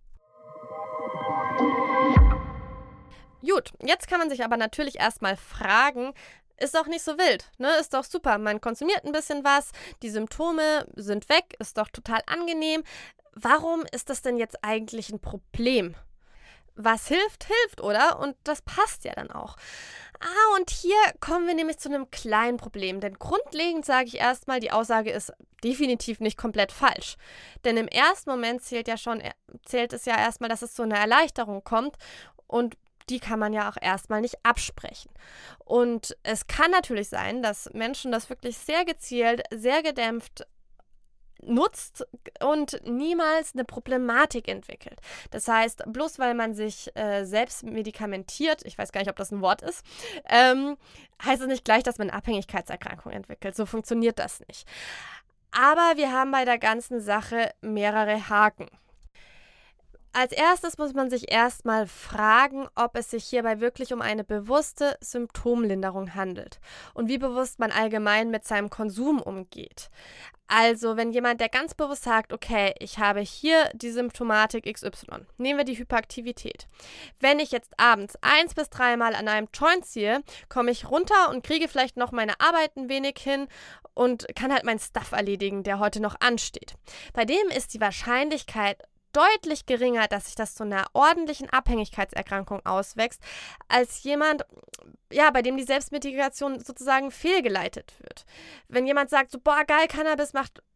Gut, jetzt kann man sich aber natürlich erstmal fragen, ist doch nicht so wild, ne? Ist doch super. Man konsumiert ein bisschen was, die Symptome sind weg, ist doch total angenehm. Warum ist das denn jetzt eigentlich ein Problem? Was hilft, hilft, oder? Und das passt ja dann auch. Und hier kommen wir nämlich zu einem kleinen Problem. Denn grundlegend sage ich erstmal, die Aussage ist definitiv nicht komplett falsch. Denn im ersten Moment zählt es ja erstmal, dass es zu einer Erleichterung kommt, und die kann man ja auch erstmal nicht absprechen. Und es kann natürlich sein, dass Menschen das wirklich sehr gezielt, sehr gedämpft nutzt und niemals eine Problematik entwickelt. Das heißt, bloß weil man sich selbst medikamentiert, ich weiß gar nicht, ob das ein Wort ist, heißt es nicht gleich, dass man eine Abhängigkeitserkrankung entwickelt. So funktioniert das nicht. Aber wir haben bei der ganzen Sache mehrere Haken. Als erstes muss man sich erstmal fragen, ob es sich hierbei wirklich um eine bewusste Symptomlinderung handelt und wie bewusst man allgemein mit seinem Konsum umgeht. Also wenn jemand, der ganz bewusst sagt, okay, ich habe hier die Symptomatik XY, nehmen wir die Hyperaktivität. Wenn ich jetzt abends 1 bis 3 Mal an einem Joint ziehe, komme ich runter und kriege vielleicht noch meine Arbeit ein wenig hin und kann halt meinen Stuff erledigen, der heute noch ansteht. Bei dem ist die Wahrscheinlichkeit deutlich geringer, dass sich das zu einer ordentlichen Abhängigkeitserkrankung auswächst, als jemand, bei dem die Selbstmedikation sozusagen fehlgeleitet wird. Wenn jemand sagt, so, boah, geil, Cannabis macht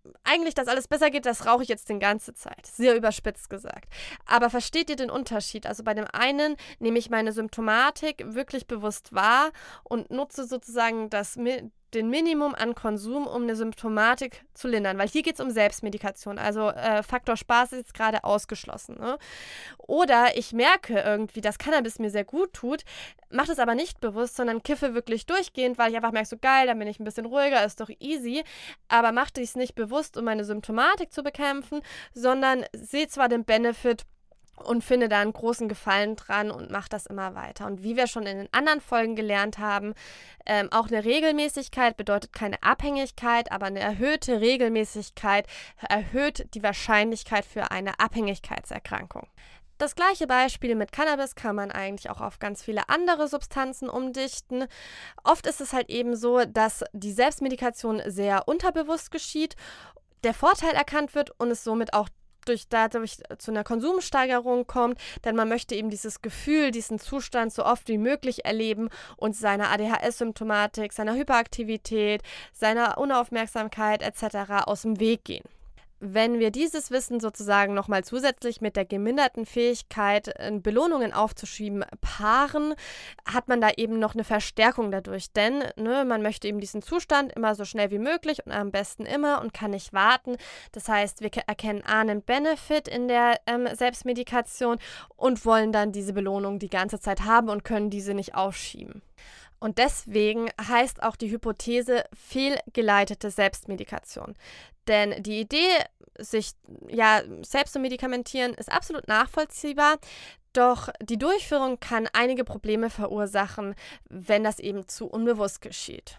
eigentlich das alles besser geht, das rauche ich jetzt die ganze Zeit. Sehr überspitzt gesagt. Aber versteht ihr den Unterschied? Also bei dem einen nehme ich meine Symptomatik wirklich bewusst wahr und nutze sozusagen den Minimum an Konsum, um eine Symptomatik zu lindern. Weil hier geht es um Selbstmedikation. Also Faktor Spaß ist jetzt gerade ausgeschlossen. Ne? Oder ich merke irgendwie, dass Cannabis mir sehr gut tut, mache das aber nicht bewusst, sondern kiffe wirklich durchgehend, weil ich einfach merke, so geil, dann bin ich ein bisschen ruhiger, ist doch easy. Aber mache ich es nicht bewusst, um meine Symptomatik zu bekämpfen, sondern sehe zwar den Benefit und finde da einen großen Gefallen dran und mache das immer weiter. Und wie wir schon in den anderen Folgen gelernt haben, auch eine Regelmäßigkeit bedeutet keine Abhängigkeit, aber eine erhöhte Regelmäßigkeit erhöht die Wahrscheinlichkeit für eine Abhängigkeitserkrankung. Das gleiche Beispiel mit Cannabis kann man eigentlich auch auf ganz viele andere Substanzen umdichten. Oft ist es halt eben so, dass die Selbstmedikation sehr unterbewusst geschieht, der Vorteil erkannt wird und es somit auch dadurch zu einer Konsumsteigerung kommt, denn man möchte eben dieses Gefühl, diesen Zustand so oft wie möglich erleben und seiner ADHS-Symptomatik, seiner Hyperaktivität, seiner Unaufmerksamkeit etc. aus dem Weg gehen. Wenn wir dieses Wissen sozusagen nochmal zusätzlich mit der geminderten Fähigkeit, Belohnungen aufzuschieben, paaren, hat man da eben noch eine Verstärkung dadurch. Denn man möchte eben diesen Zustand immer so schnell wie möglich und am besten immer und kann nicht warten. Das heißt, wir erkennen einen Benefit in der Selbstmedikation und wollen dann diese Belohnung die ganze Zeit haben und können diese nicht aufschieben. Und deswegen heißt auch die Hypothese fehlgeleitete Selbstmedikation. Denn die Idee, sich selbst zu medikamentieren, ist absolut nachvollziehbar. Doch die Durchführung kann einige Probleme verursachen, wenn das eben zu unbewusst geschieht.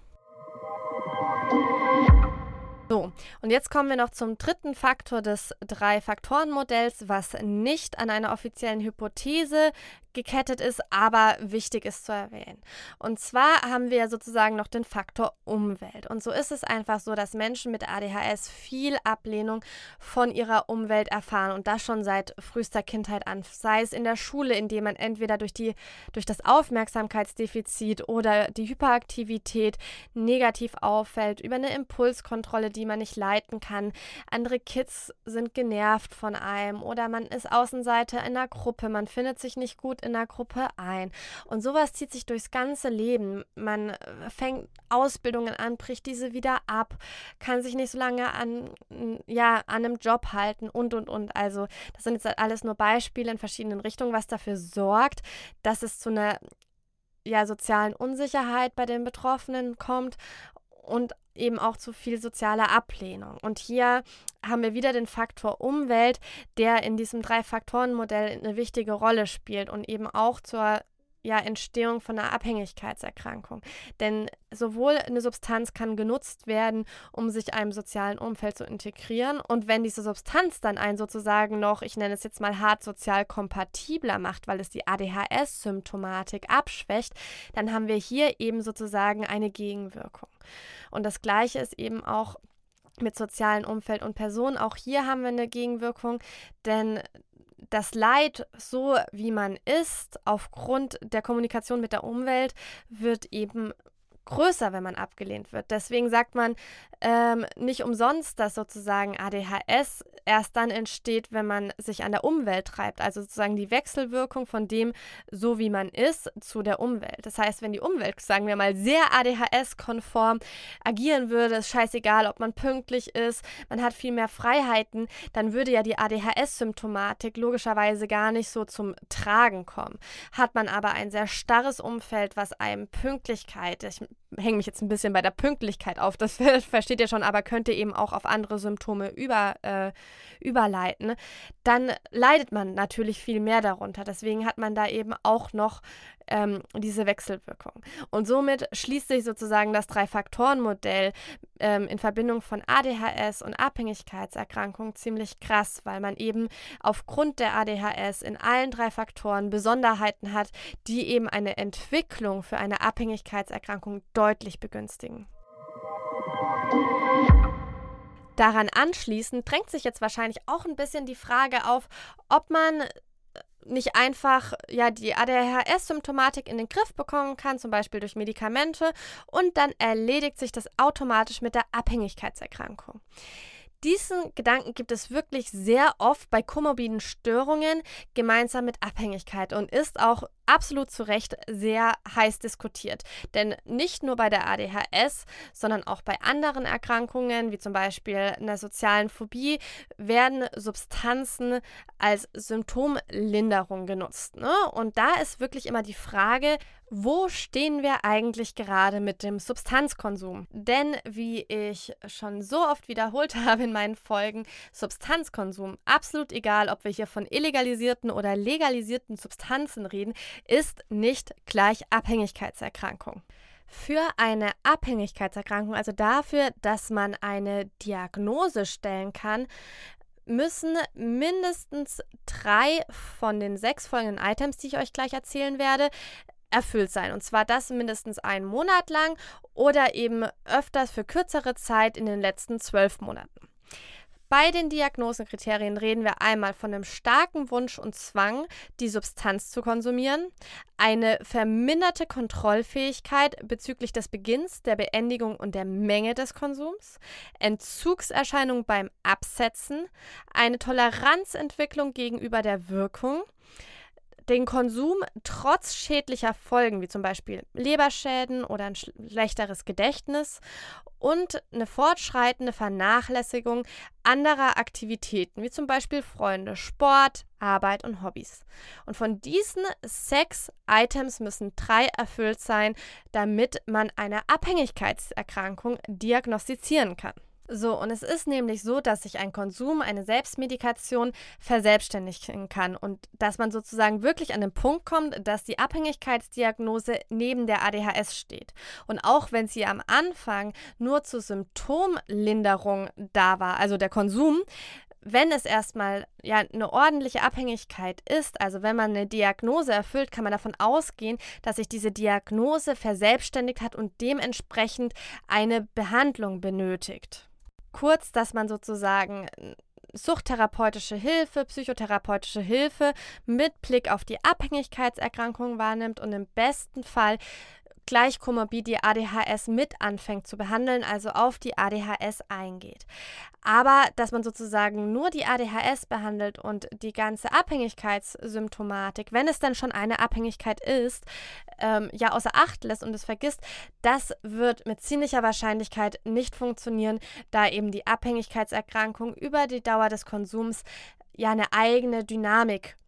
So, und jetzt kommen wir noch zum dritten Faktor des 3-Faktoren-Modells, was nicht an einer offiziellen Hypothese gekettet ist, aber wichtig ist zu erwähnen. Und zwar haben wir sozusagen noch den Faktor Umwelt. Und so ist es einfach so, dass Menschen mit ADHS viel Ablehnung von ihrer Umwelt erfahren und das schon seit frühester Kindheit an. Sei es in der Schule, indem man entweder durch das Aufmerksamkeitsdefizit oder die Hyperaktivität negativ auffällt, über eine Impulskontrolle, die man nicht leiten kann. Andere Kids sind genervt von einem oder man ist Außenseiter in einer Gruppe, man findet sich nicht gut in einer Gruppe ein. Und sowas zieht sich durchs ganze Leben. Man fängt Ausbildungen an, bricht diese wieder ab, kann sich nicht so lange an einem Job halten und. Also das sind jetzt alles nur Beispiele in verschiedenen Richtungen, was dafür sorgt, dass es zu einer sozialen Unsicherheit bei den Betroffenen kommt und eben auch zu viel sozialer Ablehnung. Und hier haben wir wieder den Faktor Umwelt, der in diesem 3-Faktoren-Modell eine wichtige Rolle spielt und eben auch zur Entstehung von einer Abhängigkeitserkrankung. Denn sowohl eine Substanz kann genutzt werden, um sich einem sozialen Umfeld zu integrieren und wenn diese Substanz dann einen sozusagen noch, ich nenne es jetzt mal hart sozial kompatibler macht, weil es die ADHS-Symptomatik abschwächt, dann haben wir hier eben sozusagen eine Gegenwirkung. Und das Gleiche ist eben auch mit sozialen Umfeld und Personen. Auch hier haben wir eine Gegenwirkung, denn das Leid, so wie man ist, aufgrund der Kommunikation mit der Umwelt, wird eben größer, wenn man abgelehnt wird. Deswegen sagt man nicht umsonst, dass sozusagen ADHS erst dann entsteht, wenn man sich an der Umwelt treibt. Also sozusagen die Wechselwirkung von dem, so wie man ist, zu der Umwelt. Das heißt, wenn die Umwelt, sagen wir mal, sehr ADHS-konform agieren würde, ist scheißegal, ob man pünktlich ist, man hat viel mehr Freiheiten, dann würde ja die ADHS-Symptomatik logischerweise gar nicht so zum Tragen kommen. Hat man aber ein sehr starres Umfeld, was einem Pünktlichkeit, ich hänge mich jetzt ein bisschen bei der Pünktlichkeit auf, das versteht ihr schon, aber könnt ihr eben auch auf andere Symptome überleiten, dann leidet man natürlich viel mehr darunter. Deswegen hat man da eben auch noch diese Wechselwirkung. Und somit schließt sich sozusagen das 3-Faktoren-Modell in Verbindung von ADHS und Abhängigkeitserkrankungen ziemlich krass, weil man eben aufgrund der ADHS in allen 3 Faktoren Besonderheiten hat, die eben eine Entwicklung für eine Abhängigkeitserkrankung deutlich begünstigen. Daran anschließend drängt sich jetzt wahrscheinlich auch ein bisschen die Frage auf, ob man nicht einfach die ADHS-Symptomatik in den Griff bekommen kann, zum Beispiel durch Medikamente, und dann erledigt sich das automatisch mit der Abhängigkeitserkrankung. Diesen Gedanken gibt es wirklich sehr oft bei komorbiden Störungen gemeinsam mit Abhängigkeit und ist auch absolut zu Recht sehr heiß diskutiert. Denn nicht nur bei der ADHS, sondern auch bei anderen Erkrankungen, wie zum Beispiel einer sozialen Phobie, werden Substanzen als Symptomlinderung genutzt. Ne? Und da ist wirklich immer die Frage, wo stehen wir eigentlich gerade mit dem Substanzkonsum? Denn wie ich schon so oft wiederholt habe in meinen Folgen, Substanzkonsum, absolut egal, ob wir hier von illegalisierten oder legalisierten Substanzen reden, ist nicht gleich Abhängigkeitserkrankung. Für eine Abhängigkeitserkrankung, also dafür, dass man eine Diagnose stellen kann, müssen mindestens 3 von den 6 folgenden Items, die ich euch gleich erzählen werde, erfüllt sein. Und zwar das mindestens einen Monat lang oder eben öfters für kürzere Zeit in den letzten 12 Monaten. Bei den Diagnosekriterien reden wir einmal von einem starken Wunsch und Zwang, die Substanz zu konsumieren, eine verminderte Kontrollfähigkeit bezüglich des Beginns, der Beendigung und der Menge des Konsums, Entzugserscheinungen beim Absetzen, eine Toleranzentwicklung gegenüber der Wirkung, den Konsum trotz schädlicher Folgen, wie zum Beispiel Leberschäden oder ein schlechteres Gedächtnis und eine fortschreitende Vernachlässigung anderer Aktivitäten, wie zum Beispiel Freunde, Sport, Arbeit und Hobbys. Und von diesen 6 Items müssen 3 erfüllt sein, damit man eine Abhängigkeitserkrankung diagnostizieren kann. So, und es ist nämlich so, dass sich ein Konsum, eine Selbstmedikation verselbstständigen kann und dass man sozusagen wirklich an den Punkt kommt, dass die Abhängigkeitsdiagnose neben der ADHS steht. Und auch wenn sie am Anfang nur zur Symptomlinderung da war, also der Konsum, wenn es erstmal eine ordentliche Abhängigkeit ist, also wenn man eine Diagnose erfüllt, kann man davon ausgehen, dass sich diese Diagnose verselbstständigt hat und dementsprechend eine Behandlung benötigt. Kurz, dass man sozusagen suchttherapeutische Hilfe, psychotherapeutische Hilfe mit Blick auf die Abhängigkeitserkrankung wahrnimmt und im besten Fall gleich komorbid die ADHS mit anfängt zu behandeln, also auf die ADHS eingeht. Aber dass man sozusagen nur die ADHS behandelt und die ganze Abhängigkeitssymptomatik, wenn es dann schon eine Abhängigkeit ist, außer Acht lässt und es vergisst, das wird mit ziemlicher Wahrscheinlichkeit nicht funktionieren, da eben die Abhängigkeitserkrankung über die Dauer des Konsums eine eigene Dynamik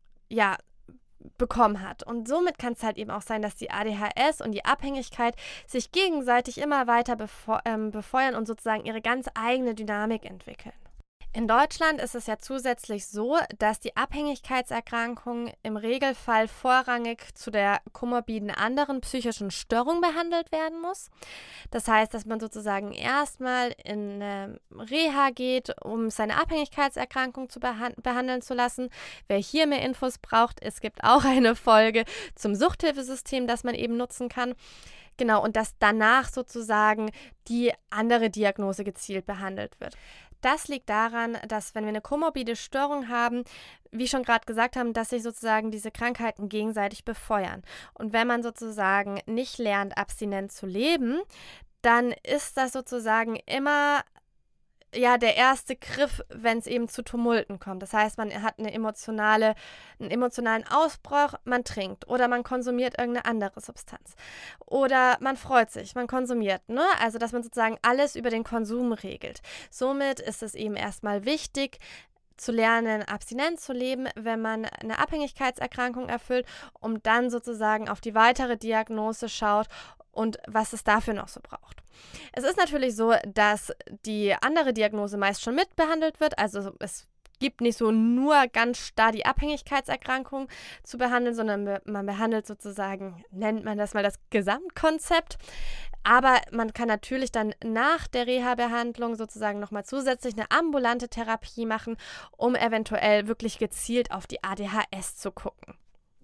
bekommen hat. Und somit kann es halt eben auch sein, dass die ADHS und die Abhängigkeit sich gegenseitig immer weiter befeuern und sozusagen ihre ganz eigene Dynamik entwickeln. In Deutschland ist es ja zusätzlich so, dass die Abhängigkeitserkrankung im Regelfall vorrangig zu der komorbiden anderen psychischen Störung behandelt werden muss. Das heißt, dass man sozusagen erstmal in Reha geht, um seine Abhängigkeitserkrankung zu behandeln zu lassen. Wer hier mehr Infos braucht, es gibt auch eine Folge zum Suchthilfesystem, das man eben nutzen kann. Genau, und dass danach sozusagen die andere Diagnose gezielt behandelt wird. Das liegt daran, dass wenn wir eine komorbide Störung haben, wie schon gerade gesagt haben, dass sich sozusagen diese Krankheiten gegenseitig befeuern. Und wenn man sozusagen nicht lernt, abstinent zu leben, dann ist das sozusagen immer der erste Griff, wenn es eben zu Tumulten kommt. Das heißt, man hat einen emotionalen Ausbruch, man trinkt oder man konsumiert irgendeine andere Substanz. Oder man freut sich, man konsumiert. Ne? Also, dass man sozusagen alles über den Konsum regelt. Somit ist es eben erstmal wichtig, zu lernen, abstinent zu leben, wenn man eine Abhängigkeitserkrankung erfüllt, um dann sozusagen auf die weitere Diagnose schaut und was es dafür noch so braucht. Es ist natürlich so, dass die andere Diagnose meist schon mitbehandelt wird, also es gibt nicht so nur ganz starr die Abhängigkeitserkrankung zu behandeln, sondern man behandelt sozusagen, nennt man das mal das Gesamtkonzept. Aber man kann natürlich dann nach der Reha-Behandlung sozusagen nochmal zusätzlich eine ambulante Therapie machen, um eventuell wirklich gezielt auf die ADHS zu gucken.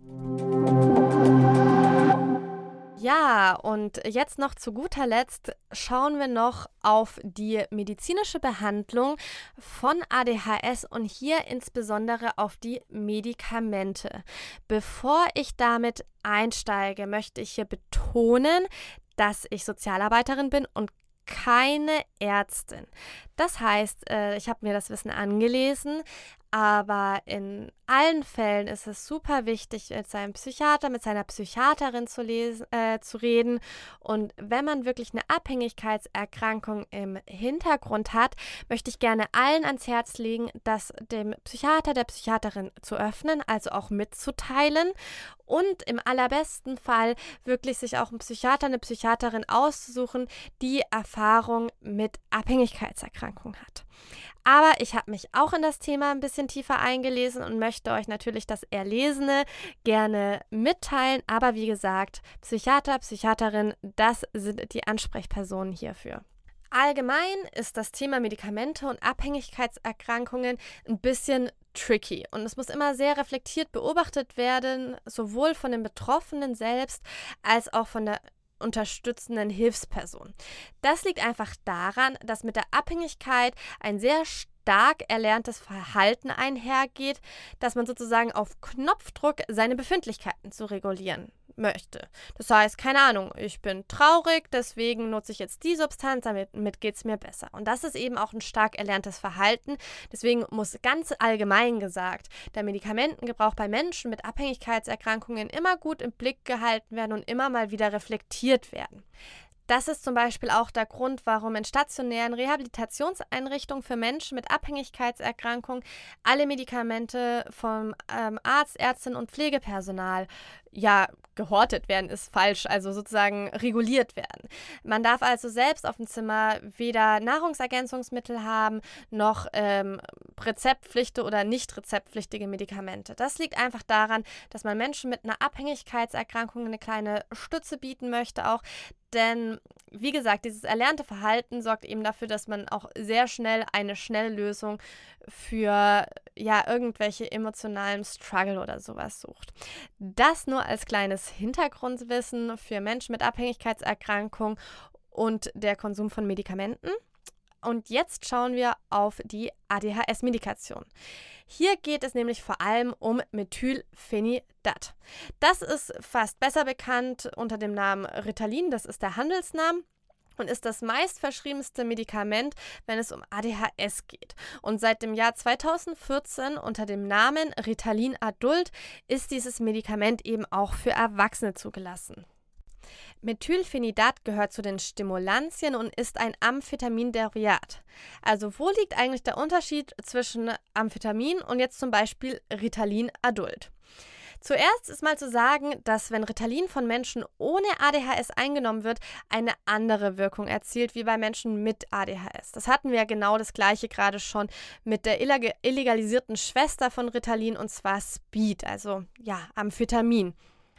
Ja, und jetzt noch zu guter Letzt schauen wir noch auf die medizinische Behandlung von ADHS und hier insbesondere auf die Medikamente. Bevor ich damit einsteige, möchte ich hier betonen, dass ich Sozialarbeiterin bin und keine Ärztin. Das heißt, ich habe mir das Wissen angelesen, aber in allen Fällen ist es super wichtig, mit seinem Psychiater, mit seiner Psychiaterin zu reden. Und wenn man wirklich eine Abhängigkeitserkrankung im Hintergrund hat, möchte ich gerne allen ans Herz legen, das dem Psychiater, der Psychiaterin zu öffnen, also auch mitzuteilen und im allerbesten Fall wirklich sich auch einen Psychiater, eine Psychiaterin auszusuchen, die Erfahrung mit Abhängigkeitserkrankungen hat. Aber ich habe mich auch in das Thema ein bisschen tiefer eingelesen und möchte euch natürlich das Erlesene gerne mitteilen. Aber wie gesagt, Psychiater, Psychiaterin, das sind die Ansprechpersonen hierfür. Allgemein ist das Thema Medikamente und Abhängigkeitserkrankungen ein bisschen tricky und es muss immer sehr reflektiert beobachtet werden, sowohl von den Betroffenen selbst als auch von der unterstützenden Hilfsperson. Das liegt einfach daran, dass mit der Abhängigkeit ein sehr stark erlerntes Verhalten einhergeht, dass man sozusagen auf Knopfdruck seine Befindlichkeiten zu regulieren möchte. Das heißt, keine Ahnung, ich bin traurig, deswegen nutze ich jetzt die Substanz, damit geht es mir besser. Und das ist eben auch ein stark erlerntes Verhalten. Deswegen muss ganz allgemein gesagt der Medikamentengebrauch bei Menschen mit Abhängigkeitserkrankungen immer gut im Blick gehalten werden und immer mal wieder reflektiert werden. Das ist zum Beispiel auch der Grund, warum in stationären Rehabilitationseinrichtungen für Menschen mit Abhängigkeitserkrankungen alle Medikamente vom Arzt, Ärztin und Pflegepersonal gehortet werden, ist falsch, also sozusagen reguliert werden. Man darf also selbst auf dem Zimmer weder Nahrungsergänzungsmittel haben, noch rezeptpflichtige oder nicht rezeptpflichtige Medikamente. Das liegt einfach daran, dass man Menschen mit einer Abhängigkeitserkrankung eine kleine Stütze bieten möchte auch, denn wie gesagt, dieses erlernte Verhalten sorgt eben dafür, dass man auch sehr schnell eine schnelle Lösung für irgendwelche emotionalen Struggle oder sowas sucht. Das nur als kleines Hintergrundwissen für Menschen mit Abhängigkeitserkrankung und der Konsum von Medikamenten. Und jetzt schauen wir auf die ADHS-Medikation. Hier geht es nämlich vor allem um Methylphenidat. Das ist fast besser bekannt unter dem Namen Ritalin, das ist der Handelsname. Und ist das meistverschriebenste Medikament, wenn es um ADHS geht. Und seit dem Jahr 2014 unter dem Namen Ritalin Adult ist dieses Medikament eben auch für Erwachsene zugelassen. Methylphenidat gehört zu den Stimulantien und ist ein Amphetaminderivat. Also wo liegt eigentlich der Unterschied zwischen Amphetamin und jetzt zum Beispiel Ritalin Adult? Zuerst ist mal zu sagen, dass wenn Ritalin von Menschen ohne ADHS eingenommen wird, eine andere Wirkung erzielt wie bei Menschen mit ADHS. Das hatten wir ja genau das gleiche gerade schon mit der illegalisierten Schwester von Ritalin und zwar Speed, also Amphetamin.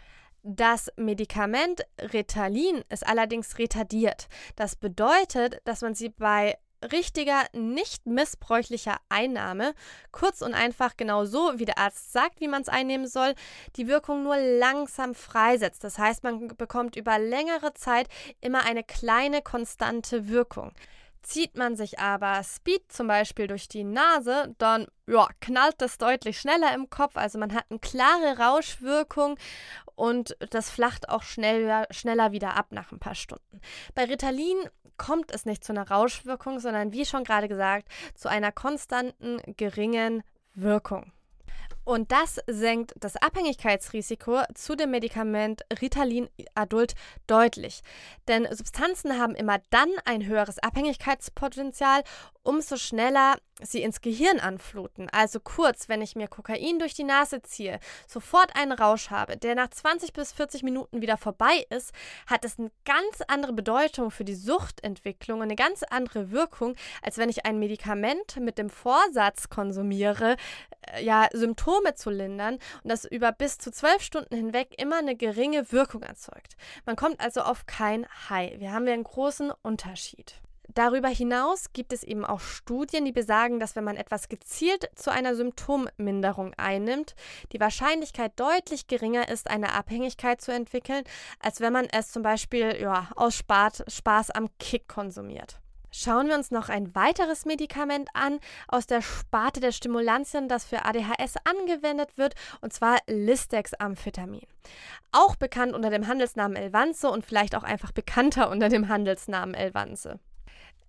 Das Medikament Ritalin ist allerdings retardiert. Das bedeutet, dass man sie bei richtiger, nicht missbräuchlicher Einnahme, kurz und einfach genau so, wie der Arzt sagt, wie man es einnehmen soll, die Wirkung nur langsam freisetzt. Das heißt, man bekommt über längere Zeit immer eine kleine, konstante Wirkung. Zieht man sich aber Speed zum Beispiel durch die Nase, dann knallt das deutlich schneller im Kopf. Also man hat eine klare Rauschwirkung und das flacht auch schneller wieder ab nach ein paar Stunden. Bei Ritalin kommt es nicht zu einer Rauschwirkung, sondern wie schon gerade gesagt, zu einer konstanten, geringen Wirkung. Und das senkt das Abhängigkeitsrisiko zu dem Medikament Ritalin Adult deutlich. Denn Substanzen haben immer dann ein höheres Abhängigkeitspotenzial, umso schneller sie ins Gehirn anfluten. Also kurz, wenn ich mir Kokain durch die Nase ziehe, sofort einen Rausch habe, der nach 20 bis 40 Minuten wieder vorbei ist, hat es eine ganz andere Bedeutung für die Suchtentwicklung und eine ganz andere Wirkung, als wenn ich ein Medikament mit dem Vorsatz konsumiere, Symptome zu lindern und das über bis zu 12 Stunden hinweg immer eine geringe Wirkung erzeugt. Man kommt also auf kein High. Wir haben einen großen Unterschied. Darüber hinaus gibt es eben auch Studien, die besagen, dass wenn man etwas gezielt zu einer Symptomminderung einnimmt, die Wahrscheinlichkeit deutlich geringer ist, eine Abhängigkeit zu entwickeln, als wenn man es zum Beispiel aus Spaß am Kick konsumiert. Schauen wir uns noch ein weiteres Medikament an aus der Sparte der Stimulantien, das für ADHS angewendet wird, und zwar Lisdexamphetamin. Auch bekannt unter dem Handelsnamen Elvanse und vielleicht auch einfach bekannter unter dem Handelsnamen Elvanse.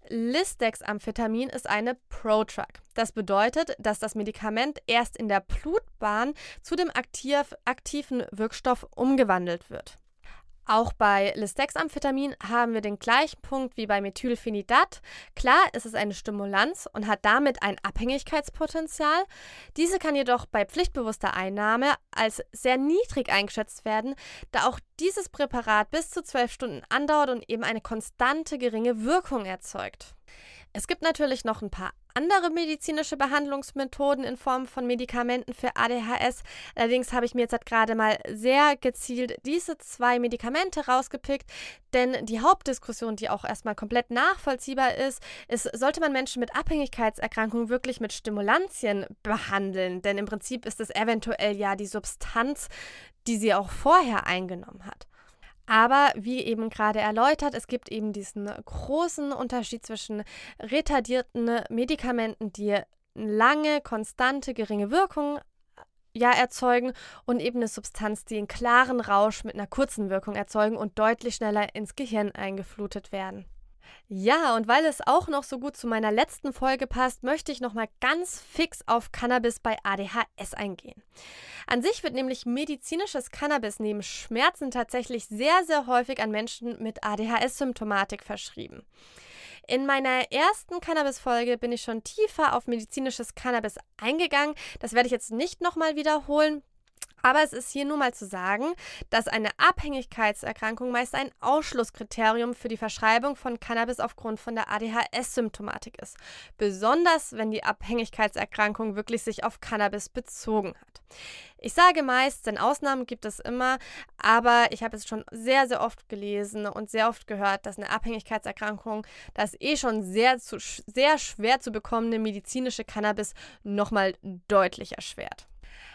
Lisdexamphetamin ist eine Prodrug. Das bedeutet, dass das Medikament erst in der Blutbahn zu dem aktiven Wirkstoff umgewandelt wird. Auch bei Lisdexamphetamin haben wir den gleichen Punkt wie bei Methylphenidat. Klar, es ist eine Stimulanz und hat damit ein Abhängigkeitspotenzial. Diese kann jedoch bei pflichtbewusster Einnahme als sehr niedrig eingeschätzt werden, da auch dieses Präparat bis zu 12 Stunden andauert und eben eine konstante geringe Wirkung erzeugt. Es gibt natürlich noch ein paar andere medizinische Behandlungsmethoden in Form von Medikamenten für ADHS. Allerdings habe ich mir jetzt gerade mal sehr gezielt diese 2 Medikamente rausgepickt, denn die Hauptdiskussion, die auch erstmal komplett nachvollziehbar ist, sollte man Menschen mit Abhängigkeitserkrankungen wirklich mit Stimulantien behandeln? Denn im Prinzip ist es eventuell ja die Substanz, die sie auch vorher eingenommen hat. Aber wie eben gerade erläutert, es gibt eben diesen großen Unterschied zwischen retardierten Medikamenten, die lange, konstante, geringe Wirkung erzeugen und eben eine Substanz, die einen klaren Rausch mit einer kurzen Wirkung erzeugen und deutlich schneller ins Gehirn eingeflutet werden. Ja, und weil es auch noch so gut zu meiner letzten Folge passt, möchte ich nochmal ganz fix auf Cannabis bei ADHS eingehen. An sich wird nämlich medizinisches Cannabis neben Schmerzen tatsächlich sehr, sehr häufig an Menschen mit ADHS-Symptomatik verschrieben. In meiner ersten Cannabis-Folge bin ich schon tiefer auf medizinisches Cannabis eingegangen. Das werde ich jetzt nicht nochmal wiederholen. Aber es ist hier nur mal zu sagen, dass eine Abhängigkeitserkrankung meist ein Ausschlusskriterium für die Verschreibung von Cannabis aufgrund von der ADHS-Symptomatik ist. Besonders, wenn die Abhängigkeitserkrankung wirklich sich auf Cannabis bezogen hat. Ich sage meist, denn Ausnahmen gibt es immer, aber ich habe es schon sehr, sehr oft gelesen und sehr oft gehört, dass eine Abhängigkeitserkrankung das schon sehr schwer zu bekommende medizinische Cannabis nochmal deutlich erschwert.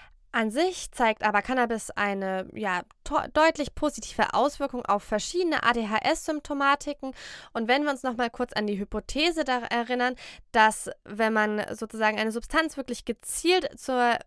An sich zeigt aber Cannabis eine deutlich positive Auswirkung auf verschiedene ADHS-Symptomatiken. Und wenn wir uns nochmal kurz an die Hypothese da erinnern, dass wenn man sozusagen eine Substanz wirklich gezielt zur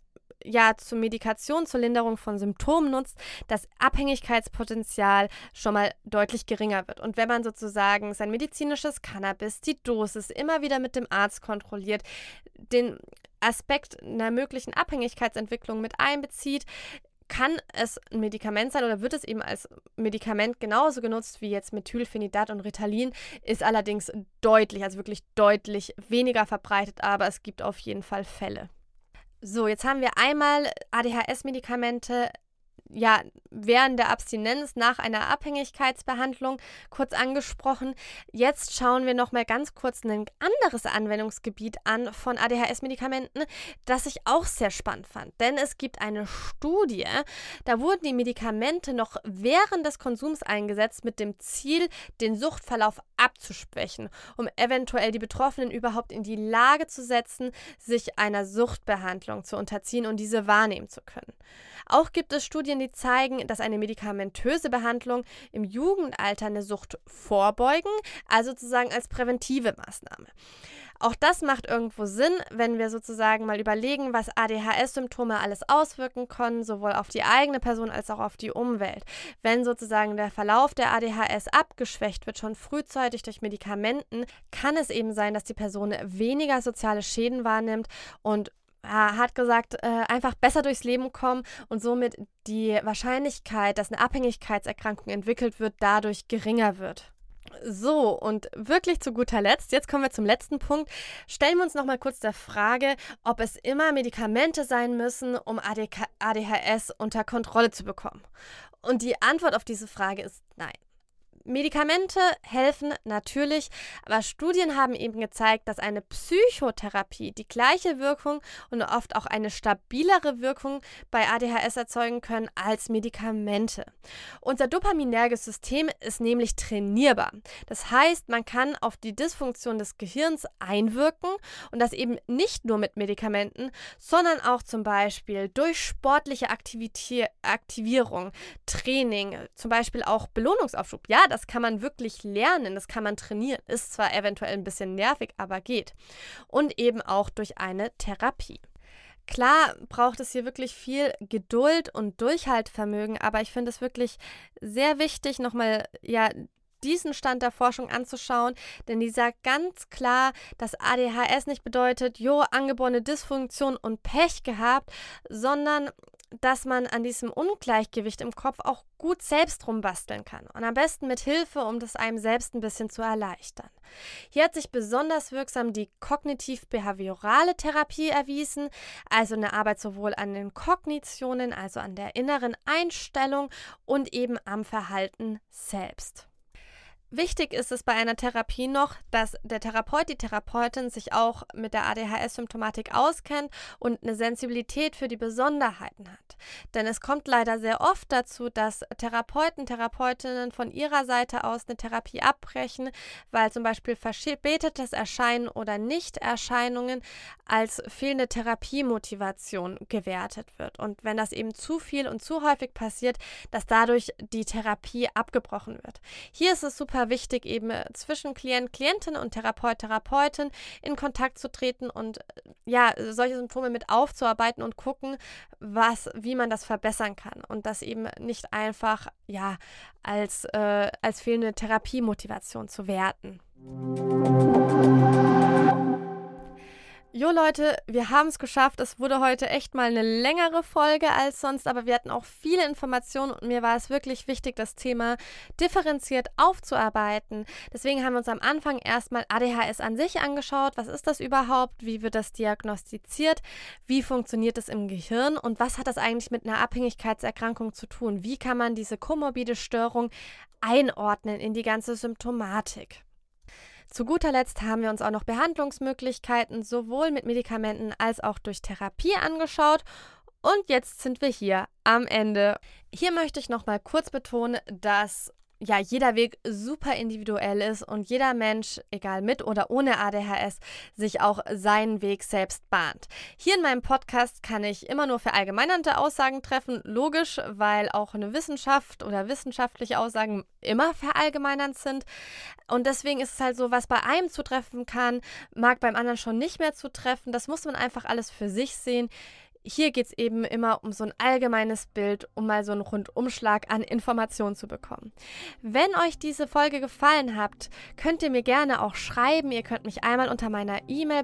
Medikation, zur Linderung von Symptomen nutzt, das Abhängigkeitspotenzial schon mal deutlich geringer wird. Und wenn man sozusagen sein medizinisches Cannabis, die Dosis immer wieder mit dem Arzt kontrolliert, den Aspekt einer möglichen Abhängigkeitsentwicklung mit einbezieht, kann es ein Medikament sein oder wird es eben als Medikament genauso genutzt wie jetzt Methylphenidat und Ritalin, ist allerdings wirklich deutlich weniger verbreitet, aber es gibt auf jeden Fall Fälle. So, jetzt haben wir einmal ADHS-Medikamente während der Abstinenz nach einer Abhängigkeitsbehandlung kurz angesprochen. Jetzt schauen wir nochmal ganz kurz ein anderes Anwendungsgebiet an von ADHS-Medikamenten, das ich auch sehr spannend fand. Denn es gibt eine Studie, da wurden die Medikamente noch während des Konsums eingesetzt mit dem Ziel, den Suchtverlauf abzuschwächen, um eventuell die Betroffenen überhaupt in die Lage zu setzen, sich einer Suchtbehandlung zu unterziehen und diese wahrnehmen zu können. Auch gibt es Studien, die zeigen, dass eine medikamentöse Behandlung im Jugendalter eine Sucht vorbeugen, also sozusagen als präventive Maßnahme. Auch das macht irgendwo Sinn, wenn wir sozusagen mal überlegen, was ADHS-Symptome alles auswirken können, sowohl auf die eigene Person als auch auf die Umwelt. Wenn sozusagen der Verlauf der ADHS abgeschwächt wird, schon frühzeitig durch Medikamenten, kann es eben sein, dass die Person weniger soziale Schäden wahrnimmt und hat gesagt, einfach besser durchs Leben kommen und somit die Wahrscheinlichkeit, dass eine Abhängigkeitserkrankung entwickelt wird, dadurch geringer wird. So, und wirklich zu guter Letzt, jetzt kommen wir zum letzten Punkt, stellen wir uns nochmal kurz der Frage, ob es immer Medikamente sein müssen, um ADHS unter Kontrolle zu bekommen. Und die Antwort auf diese Frage ist nein. Medikamente helfen natürlich, aber Studien haben eben gezeigt, dass eine Psychotherapie die gleiche Wirkung und oft auch eine stabilere Wirkung bei ADHS erzeugen können als Medikamente. Unser dopaminerges System ist nämlich trainierbar. Das heißt, man kann auf die Dysfunktion des Gehirns einwirken und das eben nicht nur mit Medikamenten, sondern auch zum Beispiel durch sportliche Aktivierung, Training, zum Beispiel auch Belohnungsaufschub. Ja, das kann man wirklich lernen, das kann man trainieren. Ist zwar eventuell ein bisschen nervig, aber geht. Und eben auch durch eine Therapie. Klar braucht es hier wirklich viel Geduld und Durchhaltevermögen, aber ich finde es wirklich sehr wichtig, nochmal diesen Stand der Forschung anzuschauen, denn die sagt ganz klar, dass ADHS nicht bedeutet, angeborene Dysfunktion und Pech gehabt, sondern dass man an diesem Ungleichgewicht im Kopf auch gut selbst rumbasteln kann und am besten mit Hilfe, um das einem selbst ein bisschen zu erleichtern. Hier hat sich besonders wirksam die kognitiv-behaviorale Therapie erwiesen, also eine Arbeit sowohl an den Kognitionen, also an der inneren Einstellung und eben am Verhalten selbst. Wichtig ist es bei einer Therapie noch, dass der Therapeut, die Therapeutin sich auch mit der ADHS-Symptomatik auskennt und eine Sensibilität für die Besonderheiten hat. Denn es kommt leider sehr oft dazu, dass Therapeuten, Therapeutinnen von ihrer Seite aus eine Therapie abbrechen, weil zum Beispiel verspätetes Erscheinen oder Nichterscheinungen als fehlende Therapiemotivation gewertet wird. Und wenn das eben zu viel und zu häufig passiert, dass dadurch die Therapie abgebrochen wird. Hier ist es super wichtig, eben zwischen Klient, Klientin und Therapeut, Therapeutin in Kontakt zu treten und solche Symptome mit aufzuarbeiten und gucken, wie man das verbessern kann und das eben nicht einfach als fehlende Therapiemotivation zu werten. Jo Leute, wir haben es geschafft. Es wurde heute echt mal eine längere Folge als sonst, aber wir hatten auch viele Informationen und mir war es wirklich wichtig, das Thema differenziert aufzuarbeiten. Deswegen haben wir uns am Anfang erstmal ADHS an sich angeschaut. Was ist das überhaupt? Wie wird das diagnostiziert? Wie funktioniert es im Gehirn? Und was hat das eigentlich mit einer Abhängigkeitserkrankung zu tun? Wie kann man diese komorbide Störung einordnen in die ganze Symptomatik? Zu guter Letzt haben wir uns auch noch Behandlungsmöglichkeiten sowohl mit Medikamenten als auch durch Therapie angeschaut. Und jetzt sind wir hier am Ende. Hier möchte ich noch mal kurz betonen, dass jeder Weg super individuell ist und jeder Mensch, egal mit oder ohne ADHS, sich auch seinen Weg selbst bahnt. Hier in meinem Podcast kann ich immer nur verallgemeinernde Aussagen treffen, logisch, weil auch eine Wissenschaft oder wissenschaftliche Aussagen immer verallgemeinernd sind. Und deswegen ist es halt so, was bei einem zutreffen kann, mag beim anderen schon nicht mehr zutreffen. Das muss man einfach alles für sich sehen. Hier geht es eben immer um so ein allgemeines Bild, um mal so einen Rundumschlag an Informationen zu bekommen. Wenn euch diese Folge gefallen hat, könnt ihr mir gerne auch schreiben. Ihr könnt mich einmal unter meiner E-Mail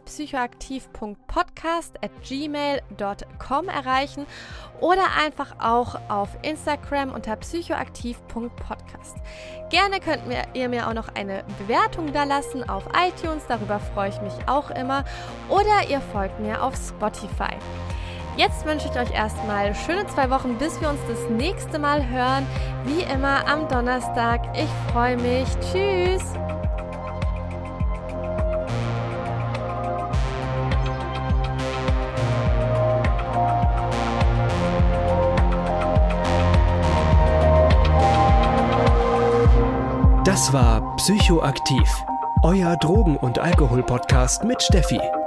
psychoaktiv.podcast@gmail.com erreichen oder einfach auch auf Instagram unter psychoaktiv.podcast. Gerne könnt ihr mir auch noch eine Bewertung da lassen auf iTunes, darüber freue ich mich auch immer. Oder ihr folgt mir auf Spotify. Jetzt wünsche ich euch erstmal schöne 2 Wochen, bis wir uns das nächste Mal hören. Wie immer am Donnerstag. Ich freue mich. Tschüss! Das war Psychoaktiv, euer Drogen- und Alkohol-Podcast mit Steffi.